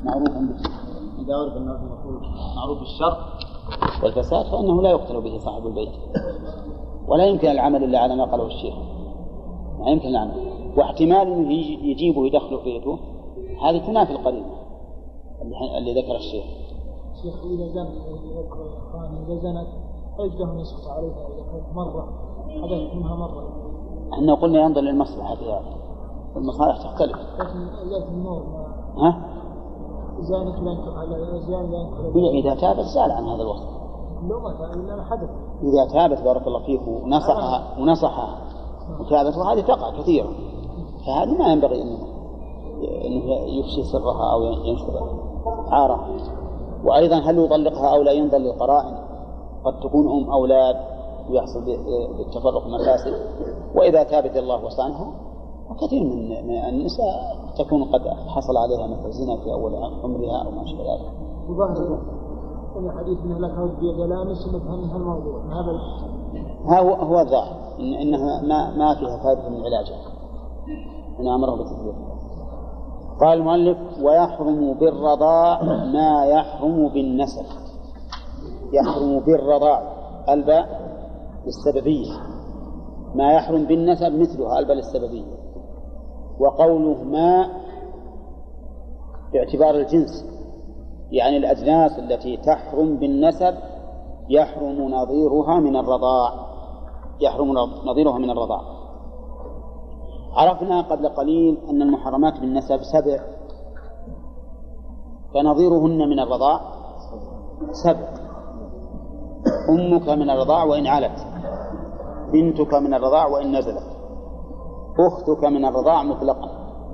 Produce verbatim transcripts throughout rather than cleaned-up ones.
معروف إذا عرف المفعول معروف بالشر والفساد فإنه لا يقتل به صاحب البيت، ولا يمكن العمل إلا على ما قاله الشيخ، لا يمكن العمل. واحتمال أنه يجيبه يدخله في بيته هذه تنافي القرينة اللي ذكر الشيخ. شيخ إذا زنت إذا زنت فيجده يسقط عليها إذا كانت مرة حدث منها مرة. احنا قلنا ينظر للمصلحة فيها، المصالح تختلف. لكن النور ها؟ زانت لن على زان هي إذا تابت زال عن هذا الوصف. لو ما تاب إلا حدث. إذا تابت بارك الله فيك ونصحها ونصحها وتابت، وهذه تقع كثيرا، فهذا ما ينبغي إنه إنه يفشي سرها أو ينشر عارها. وأيضا هل يطلقها أو لا ينظر للقرائن، قد تكون أم أولاد ويحصل بالتفرق مفاسد. وإذا تابت الله وصانها، وكثير من النساء تكون قد حصل عليها مثل زنا في أول عمرها أو ما شابه ذلك. وظاهر أن حديث أنه لا تعود بيد لامس ومفهم هالموضوع هذا هو هو الظاهر إن إنها ما ما فيها فائدة من علاجها، إن أمره بالتدبير. قال المؤلف: ويحرم بالرضاع ما يحرم بالنسب. يحرم بالرضاع الباء للسببية، ما يحرم بالنسب مثلها الباء للسببية. وقوله ما باعتبار الجنس، يعني الأجناس التي تحرم بالنسب يحرم نظيرها من الرضاع، يحرم نظيرها من الرضاع. عرفنا قبل قليل أن المحرمات بالنسب سبع، فنظيرهن من الرضاع سبع: أمك من الرضاع وإن علت، بنتك من الرضاع وإن نزلت، أختك من الرضاع مطلقا.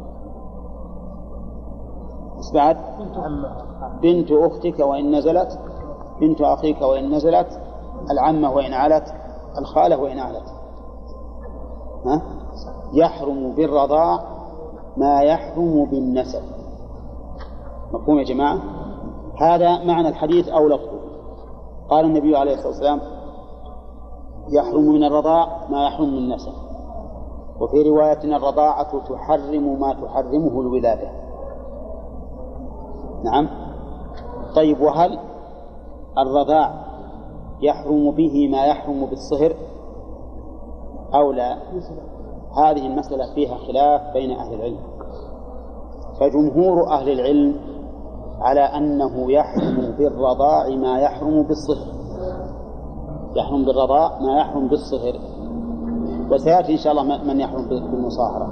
بعد بنت أختك وإن نزلت، بنت أخيك وإن نزلت، العمة وإن علت، الخالة وإن علت. ها؟ يحرم بالرضاع ما يحرم بالنسب. مفهوم يا جماعة؟ هذا معنى الحديث أو لفظه. قال النبي عليه الصلاة والسلام: يحرم من الرضاع ما يحرم من النسب. وفي رواية: الرضاعة تحرم ما تحرمه الولادة. نعم. طيب، وهل الرضاع يحرم به ما يحرم بالصهر أو لا؟ هذه المسألة فيها خلاف بين أهل العلم، فجمهور أهل العلم على أنه يحرم بالرضاع ما يحرم بالصهر، يحرم بالرضاع ما يحرم بالصهر. وسيأتي إن شاء الله من يحرم بالمصاهرة،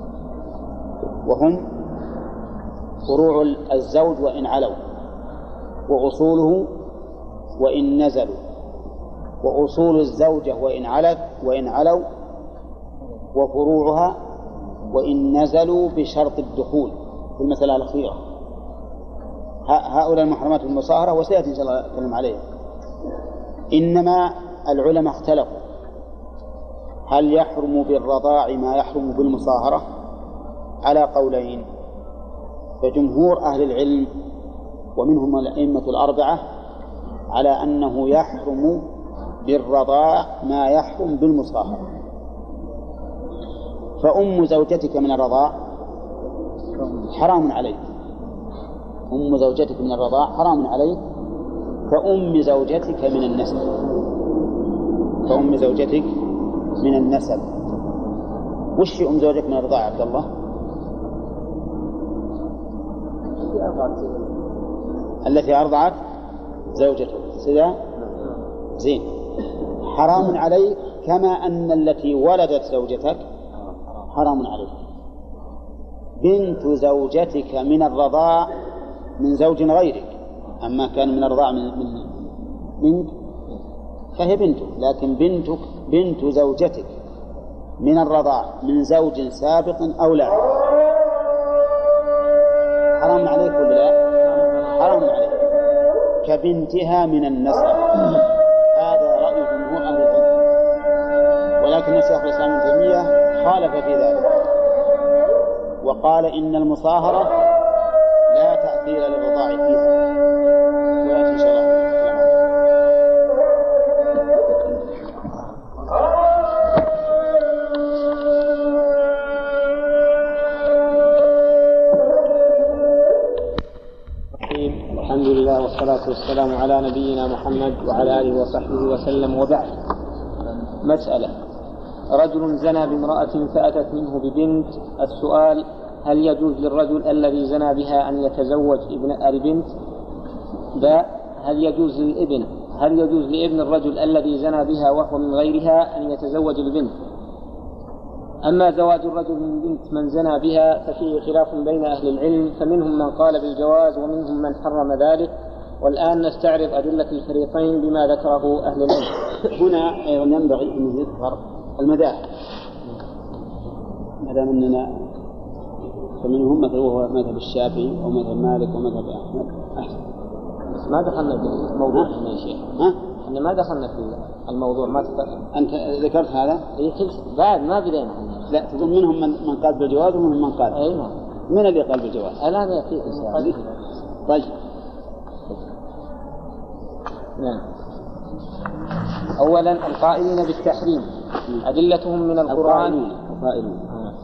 وهم فروع الزوج وإن علوا، وأصوله وإن نزلوا، وأصول الزوجة وإن علت وإن علوا، وفروعها وإن نزلوا بشرط الدخول في المسألة الأخيرة. هؤلاء المحرمات المصاهرة، وسيأتي إن شاء الله نتكلم عليها. إنما العلماء اختلفوا هل يحرم بالرضاع ما يحرم بالمصاهرة على قولين. فجمهور أهل العلم ومنهم الأئمة الأربعة على أنه يحرم بالرضاع ما يحرم بالمصاهرة. فأم زوجتك من الرضاع حرام عليك، أم زوجتك من الرضاع حرام عليك كأم زوجتك من النسب، كأم زوجتك من النسب. وش أم زوجتك من الرضاع يا عبد الله؟ التي أرضعت زوجته سيدا زين، حرام عليك كما أن التي ولدت زوجتك حرام عليك. بنت زوجتك من الرضاع من زوج غيرك، أما كان من الرضاع من بنت فهي بنتك، لكن بنتك بنت زوجتك من الرضاع من زوج سابق أو لا حرام عليك ولا لا؟ حرام عليك كبنتها من النسب. هذا رأي جمهور أهل العلم، ولكن الشيخ الإسلام ابن تيمية خالف في ذلك وقال إن المصاهرة لا تأثير للرضاع فيها، ويأتي إن شاء الله. الرحيم. الحمد لله والصلاة والسلام على نبينا محمد وعلى آله وصحبه وسلم، وبعد. مسألة: رجل زنى بامرأة فأتت منه ببنت. السؤال: هل يجوز للرجل الذي زنى بها أن يتزوج ابن البنت؟ باء: هل يجوز للابن هل يجوز لابن الرجل الذي زنى بها وهو من غيرها أن يتزوج البنت؟ أما زواج الرجل من بنت من زنى بها ففيه خلاف بين أهل العلم، فمنهم من قال بالجواز ومنهم من حرم ذلك، والآن نستعرض أدلة الفريقين بما ذكره أهل العلم. هنا أيضا ينبغي أن يذكر المذاهب، ما دام أننا فمنهم مثل وهو مذهب الشافعي أو مذهب مالك ومذهب أحمد. أحسن، بس ما دخلنا في الموضوع هنا يا شيخ. ها؟ احنا ما دخلنا في الموضوع، ما تفهم. أنت ذكرت هذا؟ إيه بعد ما بدينا. لا، تقول منهم من من قال بالجواز ومنهم من قال. أي نعم. من الذي قال بالجواز؟ الآن يأتيك إن شاء الله. طيب. نعم. أولا القائلين بالتحريم أدلتهم من القرآن. القائلون.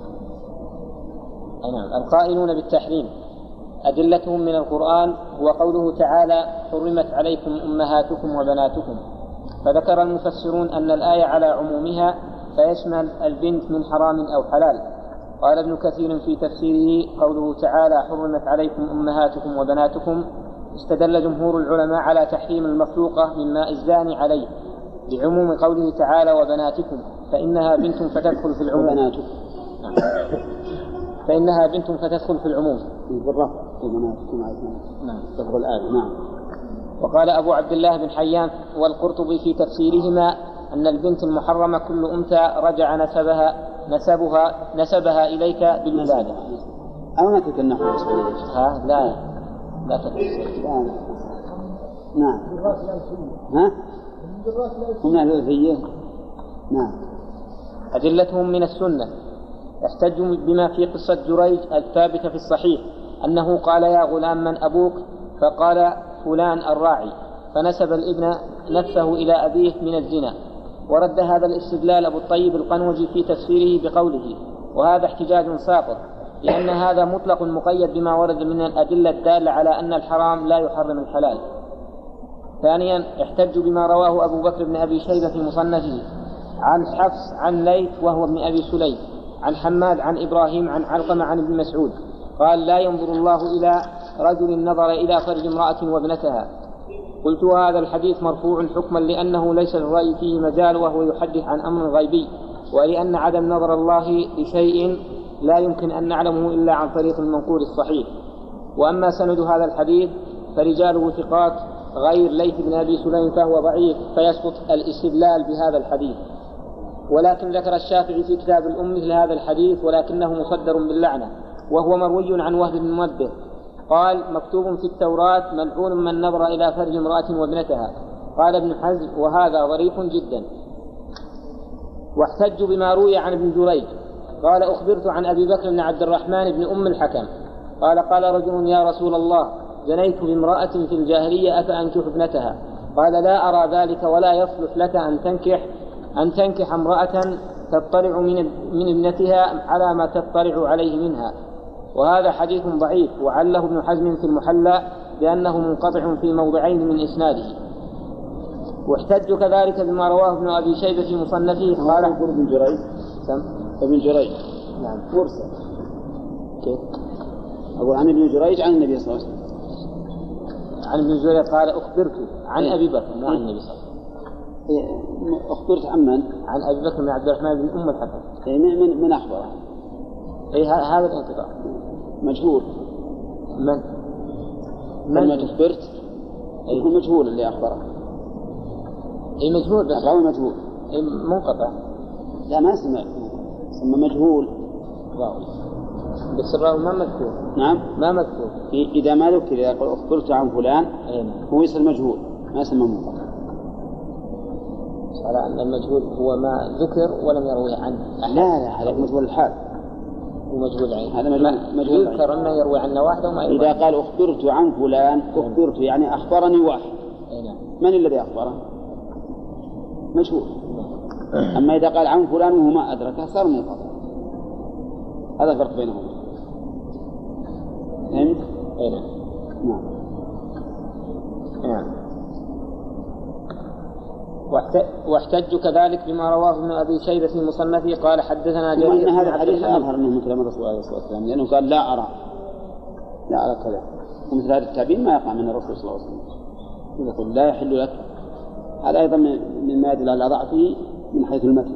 أي نعم. القائلون بالتحريم أدلتهم من القرآن هو قوله تعالى: حرمت عليكم أمهاتكم وبناتكم. فذكر المفسرون أن الآية على عمومها فيشمل البنت من حرام أو حلال. قال ابن كثير في تفسيره: قوله تعالى: حرمت عليكم أمهاتكم وبناتكم، استدل جمهور العلماء على تحريم المخلوقة من ماء الزاني عليه لعموم قوله تعالى: وبناتكم، فإنها بنت فتدخل في العموم. وبناتكم. فإنها بنت فتدخل في العموم. بالرفع وبناتكم. نعم. تدخل الآية. نعم. وقال أبو عبد الله بن حيان والقرطبي في تفسيرهما أن البنت المحرمة كل أنثى رجع نسبها نسبها نسبها إليك بالولادة. أو ما تكنحوا ها لا لا تفسير. نعم. ها؟ هم الألفية. نعم. أدلتهم من السنة: احتجوا بما في قصة جريج الثابتة في الصحيح أنه قال: يا غلام من أبوك؟ فقال: فلان الراعي، فنسب الابن نفسه إلى أبيه من الزنا. ورد هذا الاستدلال أبو الطيب القنوجي في تفسيره بقوله: وهذا احتجاج ساقط، لأن هذا مطلق مقيد بما ورد من الأدلة الدالة على أن الحرام لا يحرم الحلال. ثانيا احتجوا بما رواه أبو بكر بن أبي شيبة في مصنفه عن حفص عن ليث وهو ابن أبي سليم عن حماد عن إبراهيم عن علقمة عن ابن مسعود قال: لا ينظر الله إلى رجل نظر إلى فرج امرأة وابنتها. قلت: هذا الحديث مرفوع حكما لأنه ليس للرأي فيه مجال، وهو يحدث عن أمر غيبي، ولأن عدم نظر الله لشيء لا يمكن أن نعلمه إلا عن طريق المنقول الصحيح. وأما سند هذا الحديث فرجاله ثقات غير ليث بن أبي سليم فهو ضعيف، فيسقط الاستدلال بهذا الحديث. ولكن ذكر الشافعي في كتاب الأم مثل هذا الحديث، ولكنه مصدر باللعنة، وهو مروي عن وهب بن منبه قال: مكتوب في التوراة: ملعون من نظر إلى فرج امرأة وابنتها. قال ابن حزم: وهذا ظريف جدا. واحتجوا بما روي عن ابن جريج قال: أخبرت عن أبي بكر بن عبد الرحمن بن أم الحكم قال: قال رجل: يا رسول الله، زنيت بامرأة في الجاهلية أفأنكح ابنتها؟ قال: لا أرى ذلك، ولا يصلح لك أن تنكح أن تنكح امرأة تطلع من من ابنتها على ما تطلع عليه منها. وهذا حديث ضعيف، وعله ابن حزم في المحلى بأنه منقطع في موضعين من إسناده. واحتج كذلك بما رواه ابن أبي شيبة في مصنفه قال: ابن جريج سم ابن جريج نعم فرصة كيف أقول عن ابن جريج عن النبي صلى الله عليه وسلم. عن ابن جريج قال: أخبرت عن أبي بكر مو عن النبي صلى الله عليه وسلم. أخبرت عن من؟ عن أبي بكر بن عبد الرحمن بن أم الحكم. من من من أخبره؟ أي هذا الانقطاع مجهول. من؟ من ما تخبرت؟ يكون مجهول اللي أخبره. أي مجهول بس. الراوي مجهول. أي منقطع. لا ما اسمه اسمه مجهول راوي. بس الراوي ما مذكور. نعم. ما مذكور. إذا ما ذكر إذا قال أخبرت عن فلان هو يصير مجهول ما اسمه منقطع. على أن المجهول هو ما ذكر ولم يروي عنه أحد. لا لا هذا مجهول الحال. ومجهول عين. هذا مجهول مجهول يذكر أنه يروي عنه واحد وما يروي. إذا قال أخبرت عن فلان أخبرت يعني أخبرني واحد. من الذي أخبره؟ مجهول. أما إذا قال عن فلان وهو ما أدركه صار منقطع. هذا الفرق بينهم. فهمت؟ أي نعم. نعم. واحتج كذلك بما رواه ابن أبي شيبة في مصنفه قال حدثنا جرير وأن هذا الحديث لا أظهر منه مثل الرسول عليه الصلاة والسلام، لأنه قال لا أرى لا أرى كذا، ومثل هذا التعبير ما يقع من الرسول صلى الله عليه وسلم، يقول لا يحل لك. هذا أيضا مما يدل على ضعفه من حيث المتن.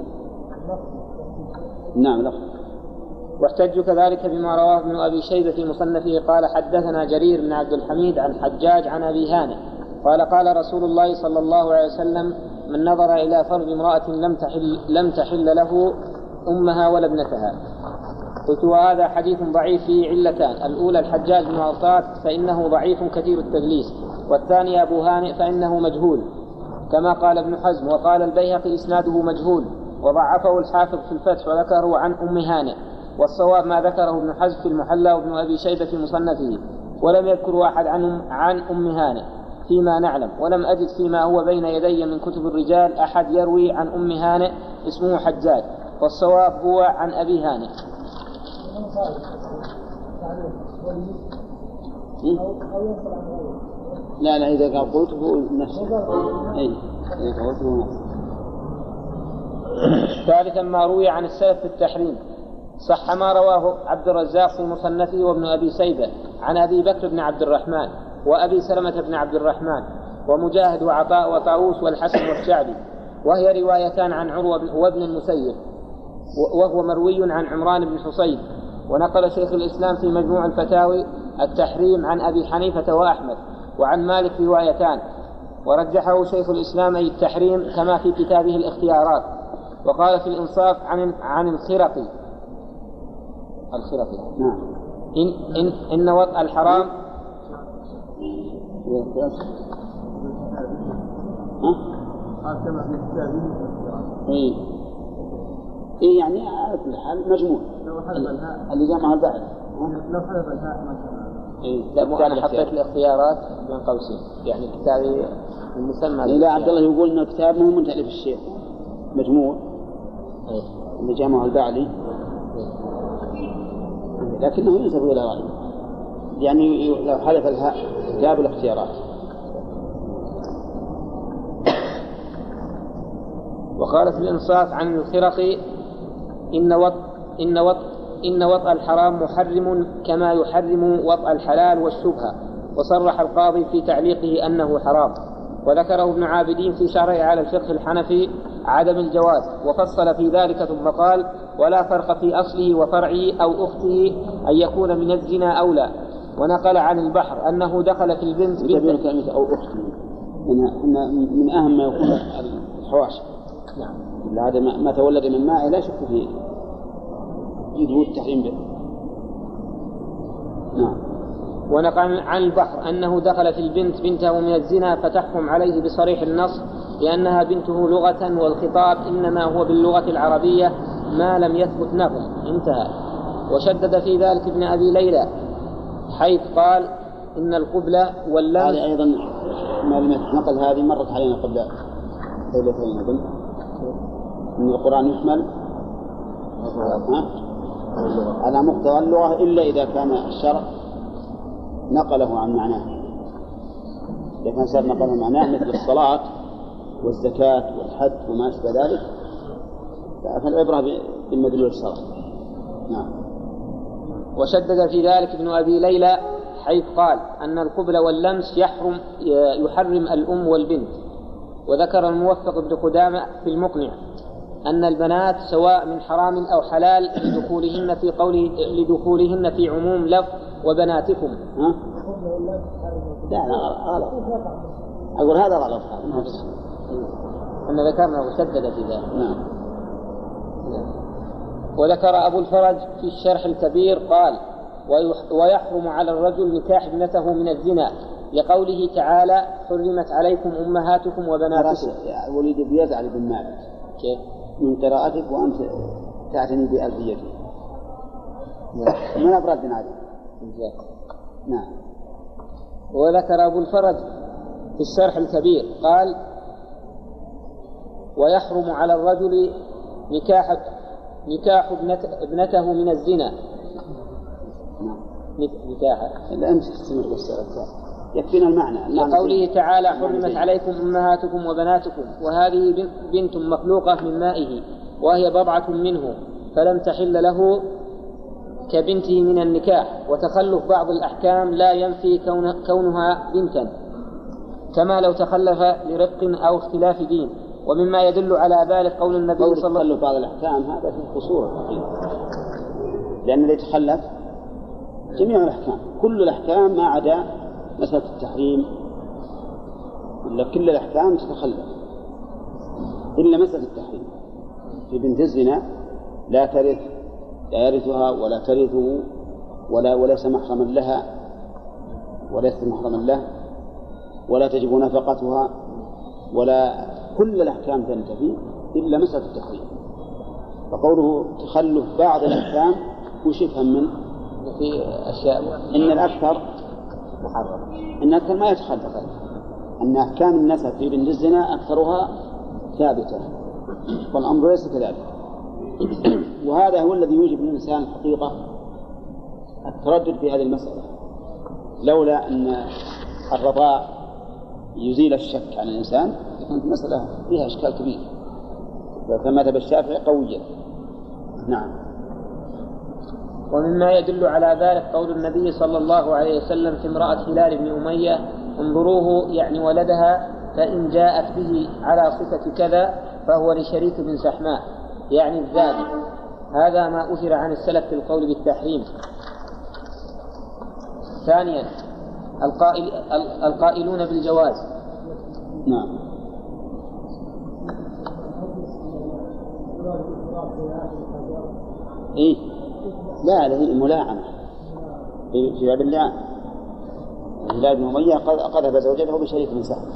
نعم لفظ. واحتج كذلك بما رواه ابن أبي شيبة في مصنفه قال حدثنا جرير بن عبد الحميد عن حجاج عن أبي هانئ قال قال رسول الله صلى الله عليه وسلم من نظر إلى فرج امرأة لم تحل, لم تحل له أمها ولا ابنتها. قلت وهذا حديث ضعيف فيه علتان، الأولى الحجاج بن عطاة فإنه ضعيف كثير التدليس، والثاني أبو هانئ فإنه مجهول كما قال ابن حزم، وقال البيهقي إسناده مجهول وضعفه الحافظ في الفتح وذكره عن أم هانئ، والصواب ما ذكره ابن حزم في المحلى وابن أبي شيبة في مصنفه، ولم يذكر أحد عن عن أم هانئ فيما نعلم، ولم أجد فيما هو بين يدي من كتب الرجال أحد يروي عن أم هانئ اسمه حجاج، والصواب هو عن أبي هانئ. لا لا إذا قال قلته نفسه أي إذا قلته نفسه. ثالثا ما روي عن السلف في التحريم، صح ما رواه عبد الرزاق في مصنفه وابن أبي شيبة عن أبي بكر بن عبد الرحمن وأبي سلمة بن عبد الرحمن ومجاهد وعطاء وطاووس والحسن والشعبي، وهي روايتان عن عروة وابن المسيب، وهو مروي عن عمران بن حصين. ونقل شيخ الإسلام في مجموع الفتاوي التحريم عن أبي حنيفة وأحمد وعن مالك روايتان، ورجحه شيخ الإسلام أي التحريم كما في كتابه الاختيارات. وقال في الإنصاف عن عن الخرقي الخرقي نعم إن إن إن وطأ الحرام إيه إيه يعني على كل حال مجموع اللي جمعها البعض. لو حذف الهاء ما إيه لا أنا حطيت الاختيارات بين قوسين يعني كتابي المسمى. لا عبد الله يقول إن الكتاب مو من تأليف الشيخ مجموع إيه اللي جمعه البعلي، لكنه ينسب إلى غيره يعني لو حذف الهاء كتاب الاختيارات. وقال في الإنصاف عن الخرقي إن وط إن وط إن وطأ الحرام محرم كما يحرم وطأ الحلال والشبهة، وصرح القاضي في تعليقه أنه حرام، وذكره ابن عابدين في شرعه على الفقه الحنفي عدم الجواز، وفصل في ذلك ثم قال ولا فرق في أصله وفرعه أو أخته أن يكون من الزنا أو لا. ونقل عن البحر أنه دخل في البنت بنت كلمة أو أخته إن من أهم ما يكون الحواشي. نعم هذا ما تولد من ماء لا شك فيه يجوز التحريم به. نعم. ونقل عن البحر أنه دخل في البنت بنته من الزنا فتحكم عليه بصريح النص لأنها بنته لغة، والخطاب إنما هو باللغة العربية ما لم يثبت نقل. انتهى. وشدد في ذلك ابن أبي ليلى حيث قال إن القبلة واللمس. هذا أيضا ما لم نقل هذه مرت علينا قبل ليلتين أظن إن القرآن يحمل على مقتضى اللغة إلا إذا كان الشرع نقله عن معناه. إذا كان الشرع نقله عن معناه مثل الصلاة والزكاة والحج وما أشبه ذلك فالعبرة بالمدلول الشرعي. نعم. وشدد في ذلك ابن أبي ليلى حيث قال أن القبل واللمس يحرم يحرم الأم والبنت. وذكر الموفق بن قدامة في المقنع أن البنات سواء من حرام أو حلال لدخولهن في قوله لدخولهن في عموم لفظ وبناتكم. ها؟ لا لا غلط. أقول هذا غلط. أن ذكرنا وشدد في ذلك. نعم. وذكر أبو الفرج في الشرح الكبير قال ويحرم على الرجل نكاح ابنته من الزنا لقوله تعالى حرمت عليكم أمهاتكم وبناتكم. وليد بيزعل بن مالك كيف؟ من قراءتك وأنت تعتني بألفيتك. من أبرد نادي. نعم. وذكر أبو الفرج في الشرح الكبير قال ويحرم على الرجل نكاح نكاح ابنته من الزنا. نعم. نكاحه. لا أنت تستمر بس يكفينا المعنى, المعنى قوله تعالى حرمت عليكم أمهاتكم وبناتكم وهذه بنت مخلوقة من مائه وهي بضعة منه فلم تحل له كبنته من النكاح. وتخلف بعض الأحكام لا ينفي كون كونها بنتا كما لو تخلف لرفق أو اختلاف دين. ومما يدل على ذلك قول النبي صلى الله عليه وسلم بعض الأحكام هذا فيه قصور لأن اللي يتخلف جميع الأحكام كل الأحكام ما عدا مسألة التحريم إلا كل الأحكام تتخلف إلا مسألة التحريم. في بنت الزنا لا ترث لا يرثها ولا ترثه ولا وليس محرما لها وليس محرما له ولا تجب نفقتها ولا كل الأحكام تنتفي إلا مسألة التحريم. فقوله تخلف بعض الأحكام وش يفهم منه؟ في أشياء إن الأكثر محرم إن الأكثر ما يتخلف أن أحكام النسب في بنت الزنا أكثرها ثابتة والأمر ليس كذلك. وهذا هو الذي يوجب للإنسان الحقيقة التردد في هذه المسألة لولا أن الرضاع يزيل الشك عن الإنسان كانت المسألة فيها إشكال كبير فما ذهب الشافعي قويا. نعم. ومما يدل على ذلك قول النبي صلى الله عليه وسلم في امرأة هلال بن أمية انظروه يعني ولدها فإن جاءت به على صفة كذا فهو لشريك بن سحماء يعني الزاني. هذا ما أثر عن السلف في القول بالتحريم. ثانيا القائل القائلون بالجواز. نعم. إيه لا هذه الملاعنة في باب اللعان. هلال بن أمية قذف زوجته بشريك من سحر.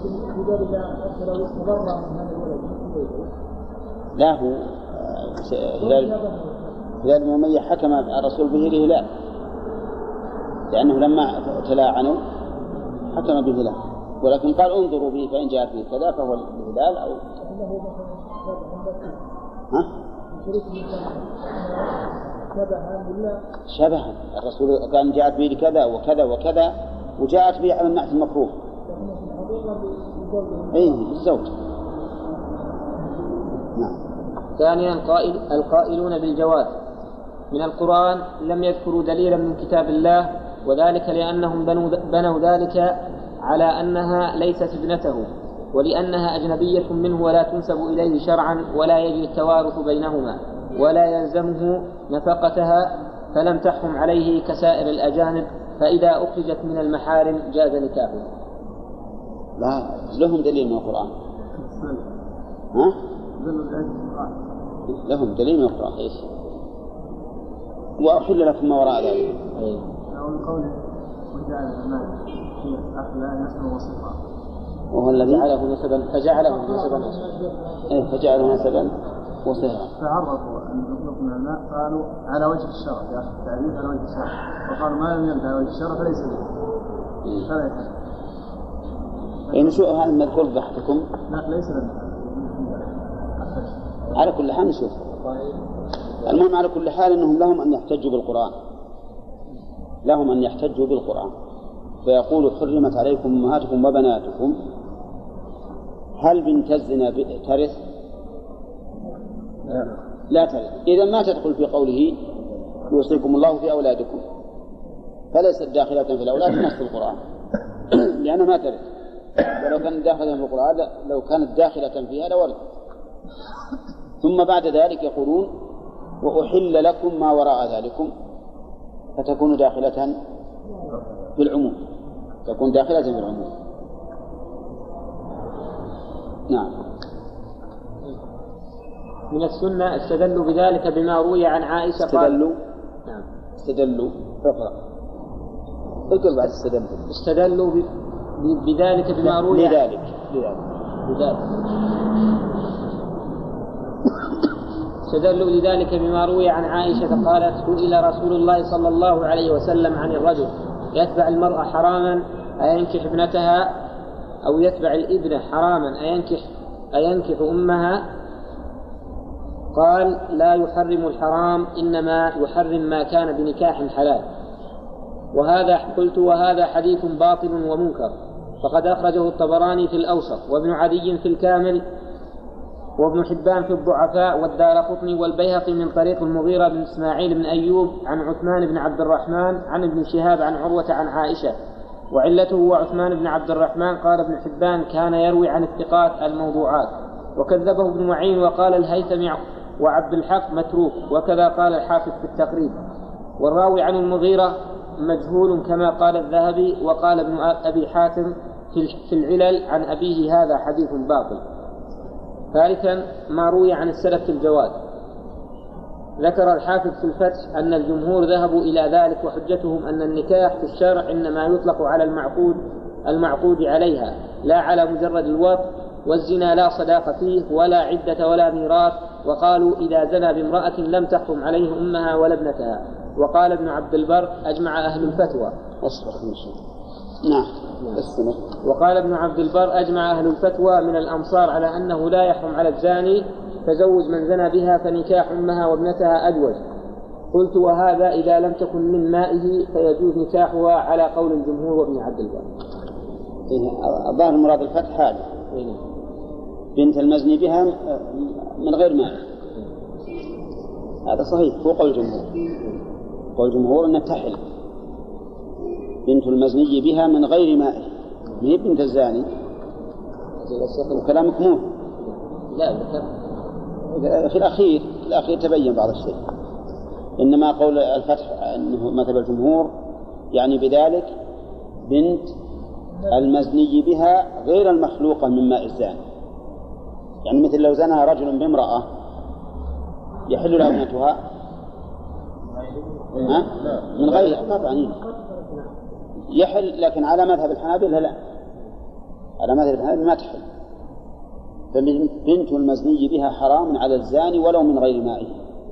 لا هو هلال هلال بن أمية حكم الرسول به لهلال لأنه لما تلاعنوا حكم به له ولكن قال انظروا به فإن جاءت به كذا فهو الهلال أو ها؟ شبها الرسول قال جاءت به كذا وكذا وكذا وجاءت به على النعت المكروه أيه الزوج. نعم. ثانيا القائل القائلون بالجواز من القرآن لم يذكروا دليلا من كتاب الله وذلك لأنهم بنوا ذلك على أنها ليست ابنته ولأنها أجنبية منه ولا تنسب إليه شرعا ولا يجري التوارث بينهما ولا يلزمه نفقتها فلم تحرم عليه كسائر الأجانب فإذا أخرجت من المحارم جاز نكاحه. لا لهم دليل من القرآن. ها؟ لهم دليل من القرآن. إيش؟ وأحل لكم ما وراء ذلك. أي. وهو الذي جعله نسبا فجعله نسبا إيه فجعله نسبا وصهرا. فعرفوا أن يطلق من الماء قالوا على وجه الشرع يا أخي التعريف على وجه الشرع وقالوا ما لم يرد على وجه الشرع فليس به فلا يحل. إيه نشوف هذا المذكور بحثكم؟ لا ليس لنا. على كل حال نشوف. المهم على كل حال أنهم لهم أن يحتجوا بالقرآن لهم أن يحتجوا بالقرآن فيقول حرمت عليكم أمهاتكم وبناتكم. هل بنت الزنا ترث؟ لا ترث. إذا ما تدخل في قوله يوصيكم الله في أولادكم فليست داخلة في الأولاد نص القرآن لأنها ما ترث ولو كانت داخلة في القرآن لو كانت داخلة فيها لورثت. ثم بعد ذلك يقولون وأحل لكم ما وراء ذلكم فتكون داخلة في العموم تكون داخلة في العموم. نعم. من السنة استدلوا بذلك بما روي عن عائشة استدلوا نعم استدلوا اقرأ اقرأ بعد استدلوا استدلوا ب... بذلك بما روي لذلك لذلك لذلك استدلوا لذلك بما روي عن عائشة قالت سئل رسول الله صلى الله عليه وسلم عن الرجل يتبع المرأة حراما أينكح ابنتها أو يتبع الابنة حراما أينكح أينكح أمها قال لا يحرم الحرام إنما يحرم ما كان بنكاح حلال. وهذا قلت وهذا حديث باطل ومنكر، فقد أخرجه الطبراني في الأوسط وابن عدي في الكامل وابن حبان في الضعفاء والدارقطني والبيهقي من طريق المغيرة بن إسماعيل بن أيوب عن عثمان بن عبد الرحمن عن ابن شهاب عن عروة عن عائشة. وعلته وعثمان بن عبد الرحمن قال ابن حبان كان يروي عن الثقات الموضوعات، وكذبه ابن معين وقال الهيثمي وعبد الحق متروك، وكذا قال الحافظ في التقريب. والراوي عن المغيرة مجهول كما قال الذهبي، وقال ابن أبي حاتم في العلل عن أبيه هذا حديث باطل. ثالثا ما روي عن السلف في الجواز. ذكر الحافظ في الفتح أن الجمهور ذهبوا إلى ذلك، وحجتهم أن النكاح في الشرع إنما يطلق على المعقود المعقود عليها لا على مجرد الوطء، والزنا لا صداق فيه ولا عدة ولا ميراث. وقالوا إذا زنى بامرأة لم تحرم عليه أمها ولا ابنتها. وقال ابن عبد البر أجمع أهل الفتوى نعم. وقال ابن عبد البر أجمع أهل الفتوى من الأمصار على أنه لا يحرم على الزاني تزوج من زنى بها، فنكاح أمها وابنتها أجوز. قلت وهذا إذا لم تكن من مائه فيجوز نكاحها على قول الجمهور وابن عبد البر. الظاهر مراد الفتح هذا بنت المزني بها من غير مائه، هذا صحيح هو قول الجمهور. قول الجمهور أن تحل بنت المزني بها من غير مائه، ما هي بنت الزاني. وكلامك مو لا في الأخير الأخير تبين بعض الشيء، إنما قول الفتح أنه مثل الجمهور يعني بذلك بنت المزني بها غير المخلوقة من ماء الزاني. يعني مثل لو زنى رجل بامرأة يحل له ابنتها من غير طبعا يحل، لكن على مذهب الحنابلة لا، على مذهب الحنابلة ما تحل. فبنت المزني بها حرام على الزاني ولو من غير مائه،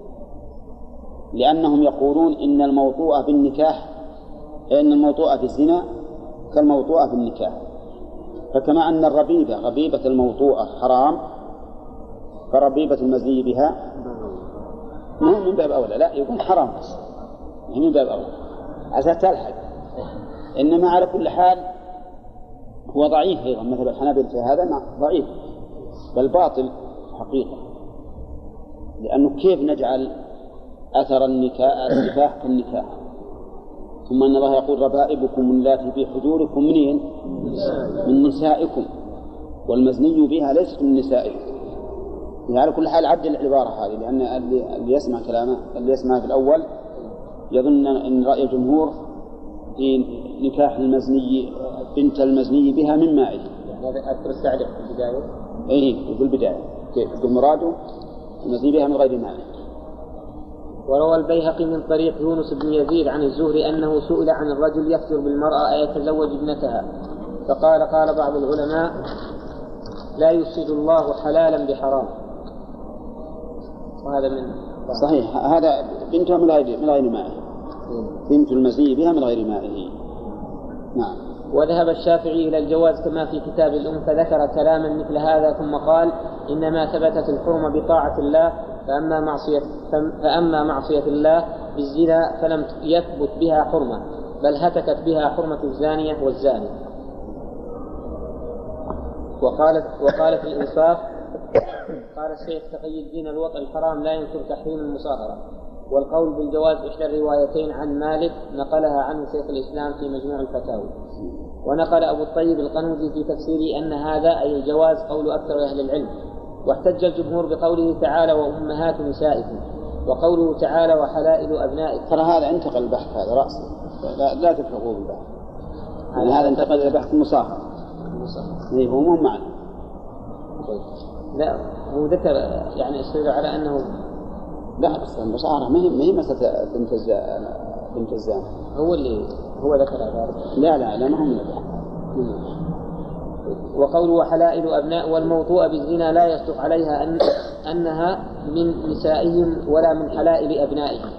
لأنهم يقولون إن الموطوءة بالنكاح إن الموطوءة بالزنا كالموطوءة بالنكاح. فكما أن الربيبة ربيبة الموطوءة حرام، فربيبة المزني بها مو من باب أولى، لا يكون حرام بس من باب أولى عشان تلحق. إنما على كل حال هو ضعيف أيضا، مثل الحنابلة في هذا ضعيف بل باطل حقيقة، لأنه كيف نجعل أثر النكاح كالنكاح؟ ثم أن الله يقول ربائبكم اللاتي في حجوركم منين؟ من نسائكم، والمزني بها ليست من نسائكم. يعني على كل حال عدل العبارة هذه، لأن اللي يسمع كلامه اللي يسمع في الأول يظن أن رأي الجمهور في نكاح المزني بنت المزني بها من مائه. هذا أذكر التعليق في البداية. إيه يقول بداية يقول مراده المزني بها من غير مائه. وروى البيهقي من طريق يونس بن يزيد عن الزهري أنه سئل عن الرجل يفتر بالمرأة أيتزوج ابنتها، فقال قال بعض العلماء لا يفسد الله حلالا بحرام. وهذا من صحيح، هذا بنتها من غير من غير مائه، بنت المزني بها من غير مائه. نعم. وذهب الشافعي إلى الجواز كما في كتاب الأم، فذكر كلاما مثل هذا ثم قال إنما ثبتت الحرمة بطاعة الله، فأما معصية, فأما معصية الله بالزنا فلم يثبت بها حرمة، بل هتكت بها حرمة الزانية والزاني. وقال, وقال في الإنصاف قال الشيخ تقي الدين الوطء الحرام لا ينكر تحريم المصاهرة، والقول بالجواز إحدى الروايتين عن مالك نقلها عنه شيخ الإسلام في مجموع الفتاوي. ونقل أبو الطيب القنوزي في تفسيره أن هذا أي الجواز قول أكثر أهل العلم. واحتج الجمهور بقوله تعالى وأمهات نسائكم، وقوله تعالى وحلائل أبنائكم. ترى هذا انتقل البحث هذا رأسا، لا, لا تفرقوا بالبحث، يعني هذا انتقل إلى بحث المصاهرة. إيه هو مو معنى. لا هو ذكر يعني استدل على أنه لا بس المصاهرة ما هي ما هي مسألة بنت الزان بنت الزان هو اللي هو ذكر ذلك. لا لا لا ما هو من البحث. وقوله حلائل أبناء والموطوء بالزنا لا يصدق عليها أن أنها من نسائهم ولا من حلائل أبنائهم.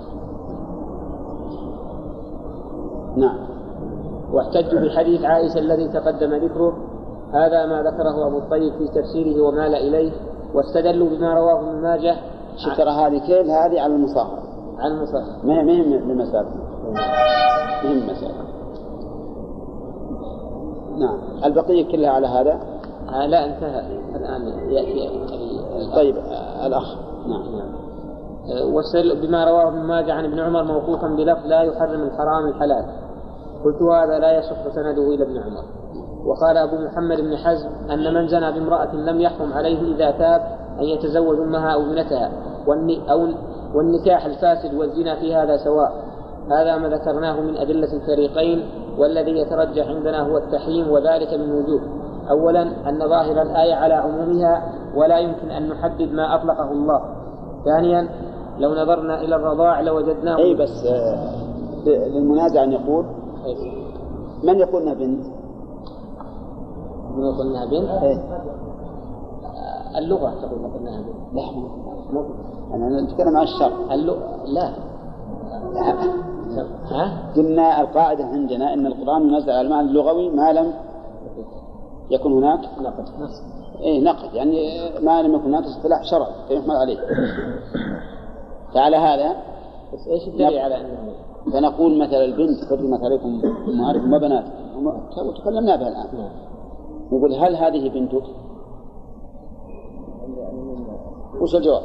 نعم. واحتجوا بحديث عائشة الذي تقدم ذكره، هذا ما ذكره أبو الطيب في تفسيره ومال إليه، واستدلوا بما رواه ابن ماجه. شكر هذه كيل هذه على المصاهرة، على المصاهرة ما هي ما هي من المسافة. مهم مسألة. نعم. البقية كلها على هذا؟ آه لا انتهى الآن يأتي. طيب الأخ. نعم. نعم. وسل بما رواه ابن ماجه عن ابن عمر موقوفا بلفظ لا يحرم الحرام الحلال. قلت هذا لا يصح سنده إلى ابن عمر. وقال أبو محمد بن حزم أن من زنى بامرأة لم يحرم عليه إذا تاب أن يتزوج أمها أو ابنتها، أو والنكاح الفاسد والزنا في هذا سواء. هذا ما ذكرناه من أدلة الفريقين، والذي يترجح عندنا هو التحريم، وذلك من وجوه. أولا أن ظاهر الآية على عمومها ولا يمكن أن نحدد ما أطلقه الله. ثانيا لو نظرنا إلى الرضاع لوجدناه. أي بس للمنازع أن يقول من يقول إنها بنت؟ من يقول إنها بنت؟ أي. اللغة تقول إنها بنت. لا أنا نتكلم عن الشرع. اللغة لا. ها؟ قلنا القاعدة عندنا أن القرآن ينزل على المعنى اللغوي ما لم يكن هناك نقد. إيه نقد، يعني ما لم يكن هناك اصطلاح شرعي فيحمل عليه. فعلى هذا بس إيش الدليل على أنه؟ فنقول مثلا البنت حرمت عليكم أمهاتكم وبناتكم وتكلمنا بها الآن. نقول هل هذه بنتك؟ وش الجواب؟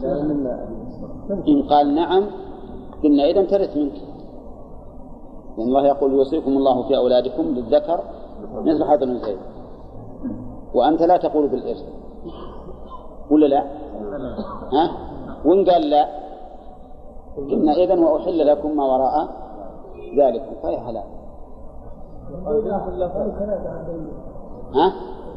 إن قال نعم قلنا إذا ترث منك، لأن الله يقول يوصيكم الله في أولادكم للذكر مثل حظ الأنثيين، وأنت لا تقول بالإرث ولا لا؟ ها؟ وإن قال لا قلنا إذن وأحل لكم ما وراء ذلك فهي حلال. ها؟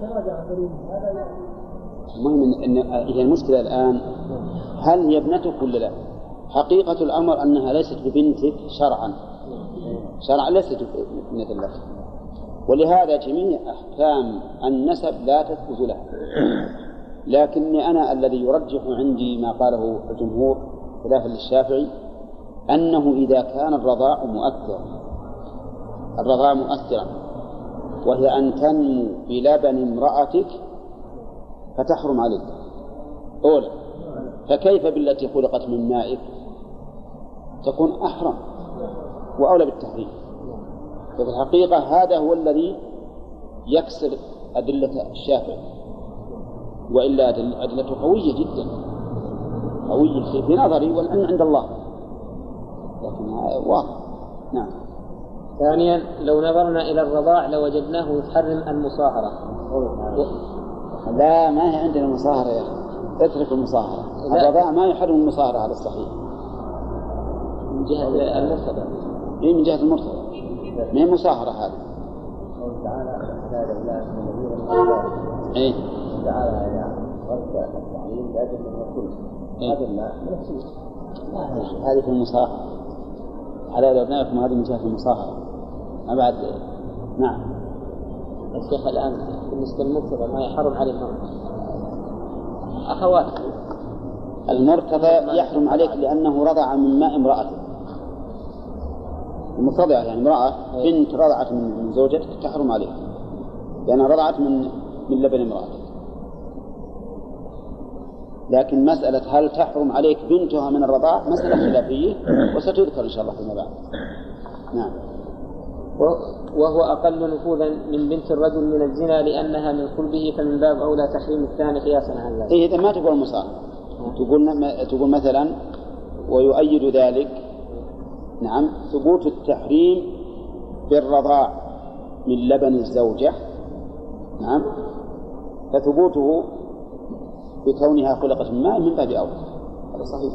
المهم إن هي المشكلة الآن هل هي ابنتك ولا لا؟ حقيقة الأمر أنها ليست ببنتك شرعا، شرعا ليست بابنة الله، ولهذا جميع أحكام النسب لا تثبت لها. لكني أنا الذي يرجح عندي ما قاله الجمهور خلافا للشافعي أنه إذا كان الرضاع مؤثرا الرضاع مؤثرا وهي أن تنمو بلبن امرأتك فتحرم عليك أولا، فكيف بالتي خلقت من مائك تكون أحرم وأولى بالتحريم. ففي الحقيقة هذا هو الذي يكسر أدلة الشافعي، وإلا أدلته قوية جدا، قوية في نظري والعلم عند الله، لكن واضح. نعم. ثانيا لو نظرنا إلى الرضاع لوجدناه يحرم المصاهرة. لا ما هي عندنا المصاهرة يا أخي، اترك المصاهرة. الرضاع ما يحرم المصاهرة على الصحيح من جهة المرتبة. إيه من جهة المرتبة، ما هي مصاهرة هذه. إيه تعالى إلى ورثة التعليم لأجل أن يكون هذا الماء نفسه. هذه في المصاهرة على أبنائكم، هذه من جهة المصاهرة. ما بعد. نعم. الشيخ الآن بالنسبة للمرتبة ما يحرم عليه المرأة أخوات. المرتبة يحرم عليك لأنه رضع من ماء امرأته، المرتضعة يعني امرأة بنت رضعت من زوجتك تحرم عليك لأنها رضعت من من لبن امرأتك. لكن مسألة هل تحرم عليك بنتها من الرضاع مسألة خلافية وستذكر إن شاء الله فيما بعد. نعم. وهو أقل نفوذا من بنت الرجل من الزنا لأنها من قلبه، فمن باب أولى تحريم الثاني قياسا على ذلك. إيه إذا ما تقول مصاهرة، تقول تقول مثلا ويؤيد ذلك نعم ثبوت التحريم بالرضاع من لبن الزوجة، نعم، فثبوته بكونها خلقت من ماء من باب أولى، هذا صحيح.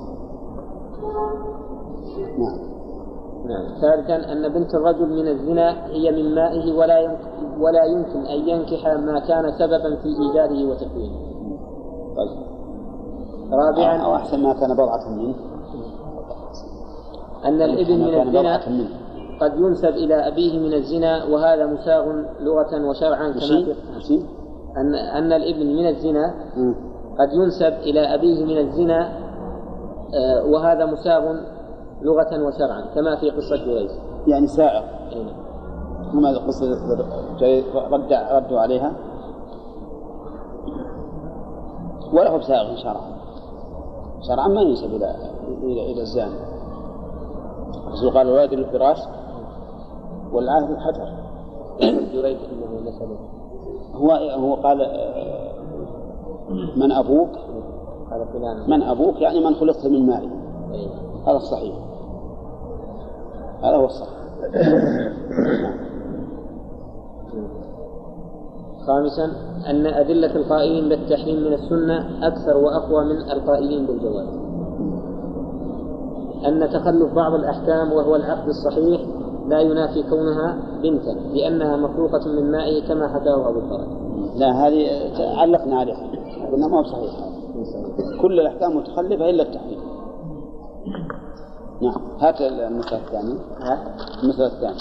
نعم. نعم. ثالثا أن بنت الرجل من الزنا هي من مائه ولا يمكن ولا يمكن أن ينكح ما كان سببا في إيجاده وتكوينه. طيب. رابعا أو أحسن ما كان بضعة منه، أن الابن من الزنا قد ينسب إلى أبيه من الزنا، وهذا مساغ لغة وشرعا كما في أن أن الابن من الزنا قد ينسب إلى أبيه من الزنا، وهذا مساغ لغة وشرعا كما في قصة جريج. يعني سائر. هم هذه القصة رد ردوا عليها ولا هو بسائغ شرعا، شرعا ما ينسب إلى إلى إلى الزاني. الرسول قال الولد للفراش والعاهد الحجر. جريج أنه نسبه هو هو قال من أبوك؟ قال فلان من أبوك يعني من خلقت من ماء. هذا الصحيح، هذا هو الصحيح. خامسا أن أدلة القائلين بالتحريم من السنة أكثر وأقوى من القائلين بالجواز. أن تخلف بعض الأحكام وهو العقد الصحيح لا ينافي كونها بنتا لأنها مخلوقة من مائه كما حكاه أبو الفرج. لا هذه علقنا عليها قلنا ما هو صحيح، كل الأحكام متخلفة إلا التحريم. نعم هات المثال الثاني. ها؟ المثال الثاني.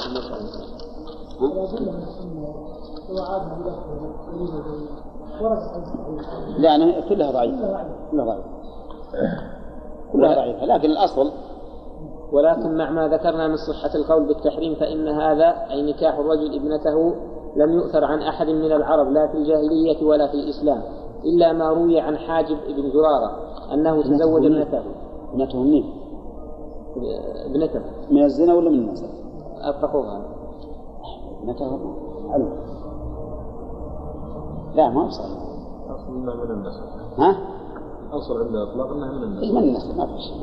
لا أنا كلها ضعيفة كلها ضعيفة كلها ضعيفة لكن الأصل. ولكن مع ما ذكرنا من صحة القول بالتحريم فإن هذا أي نكاح الرجل ابنته لم يؤثر عن أحد من العرب لا في الجاهلية ولا في الإسلام إلا ما روي عن حاجب بن زرارة أنه تزوج ابنته. ابنته منين؟ ابنته من الزنا ولا من النسب؟ أطلقوها ابنته حلو. لا ما أصل أصل إنها من النسب. ها؟ أصل عند إطلاق إنها من النسب. إيه من النسب ما في شيء.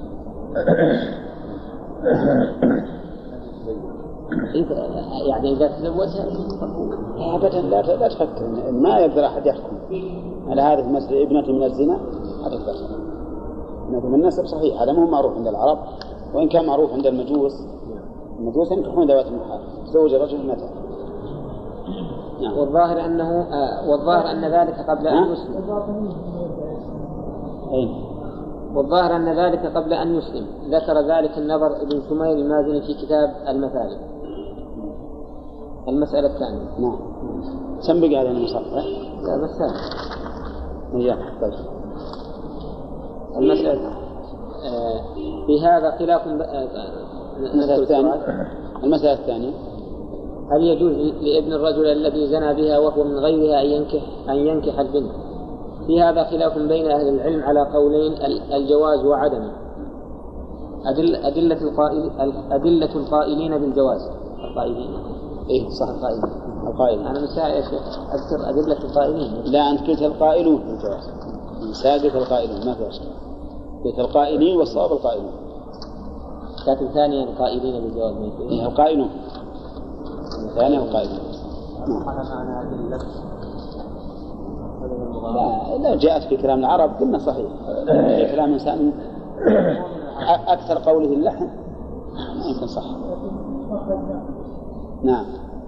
يعني إذا تزوجها أبدا لا لا تفكر ما يقدر أحد يحكم على هذه المسألة ابنته من الزنا. هذا بس ابنته من النسب صحيح، هذا مو معروف عند العرب وإن كان معروف عند المجوس. المجوس ينكحون ذوات المحال تزوج الرجل ابنته. نعم. والظاهر أنه آه والظاهر أن ذلك قبل أن يسلم. أي والظاهر أن ذلك قبل أن يسلم. ذكر ذلك النظر ابن سمير المازني في كتاب المثالب. المسألة الثانية. نعم. كم بقى هذا المصحف؟ لا مسألة. إياه طيب. المسألة آه في هذا خلاف. المسألة الثانية. المسألة الثانية. هل يجوز لابن الرجل الذي زنى بها وهو من غيرها أن ينكح أن ينكح البنت؟ في هذا خلاف بين أهل العلم على قولين الجواز وعدمه. أدل أدلة القائل أدلة القائلين بالجواز. القائلين. إيه صح القائلين. القائلين. أنا مساء يا شيخ أذكر أدلة القائلين. لا أنت قلت القائلون بالجواز. ساقط القائلون ما في أشكال. قلت القائلين والصواب القائلون. كاتب ثانيا القائلين بالجواز ما يفيد. إيه القائلون. ثانيا القائلون. لا لا جاءت في كلام العرب قلنا صحيح. في كلام إنسان أكثر قوله اللحن ما يمكن صح. نعم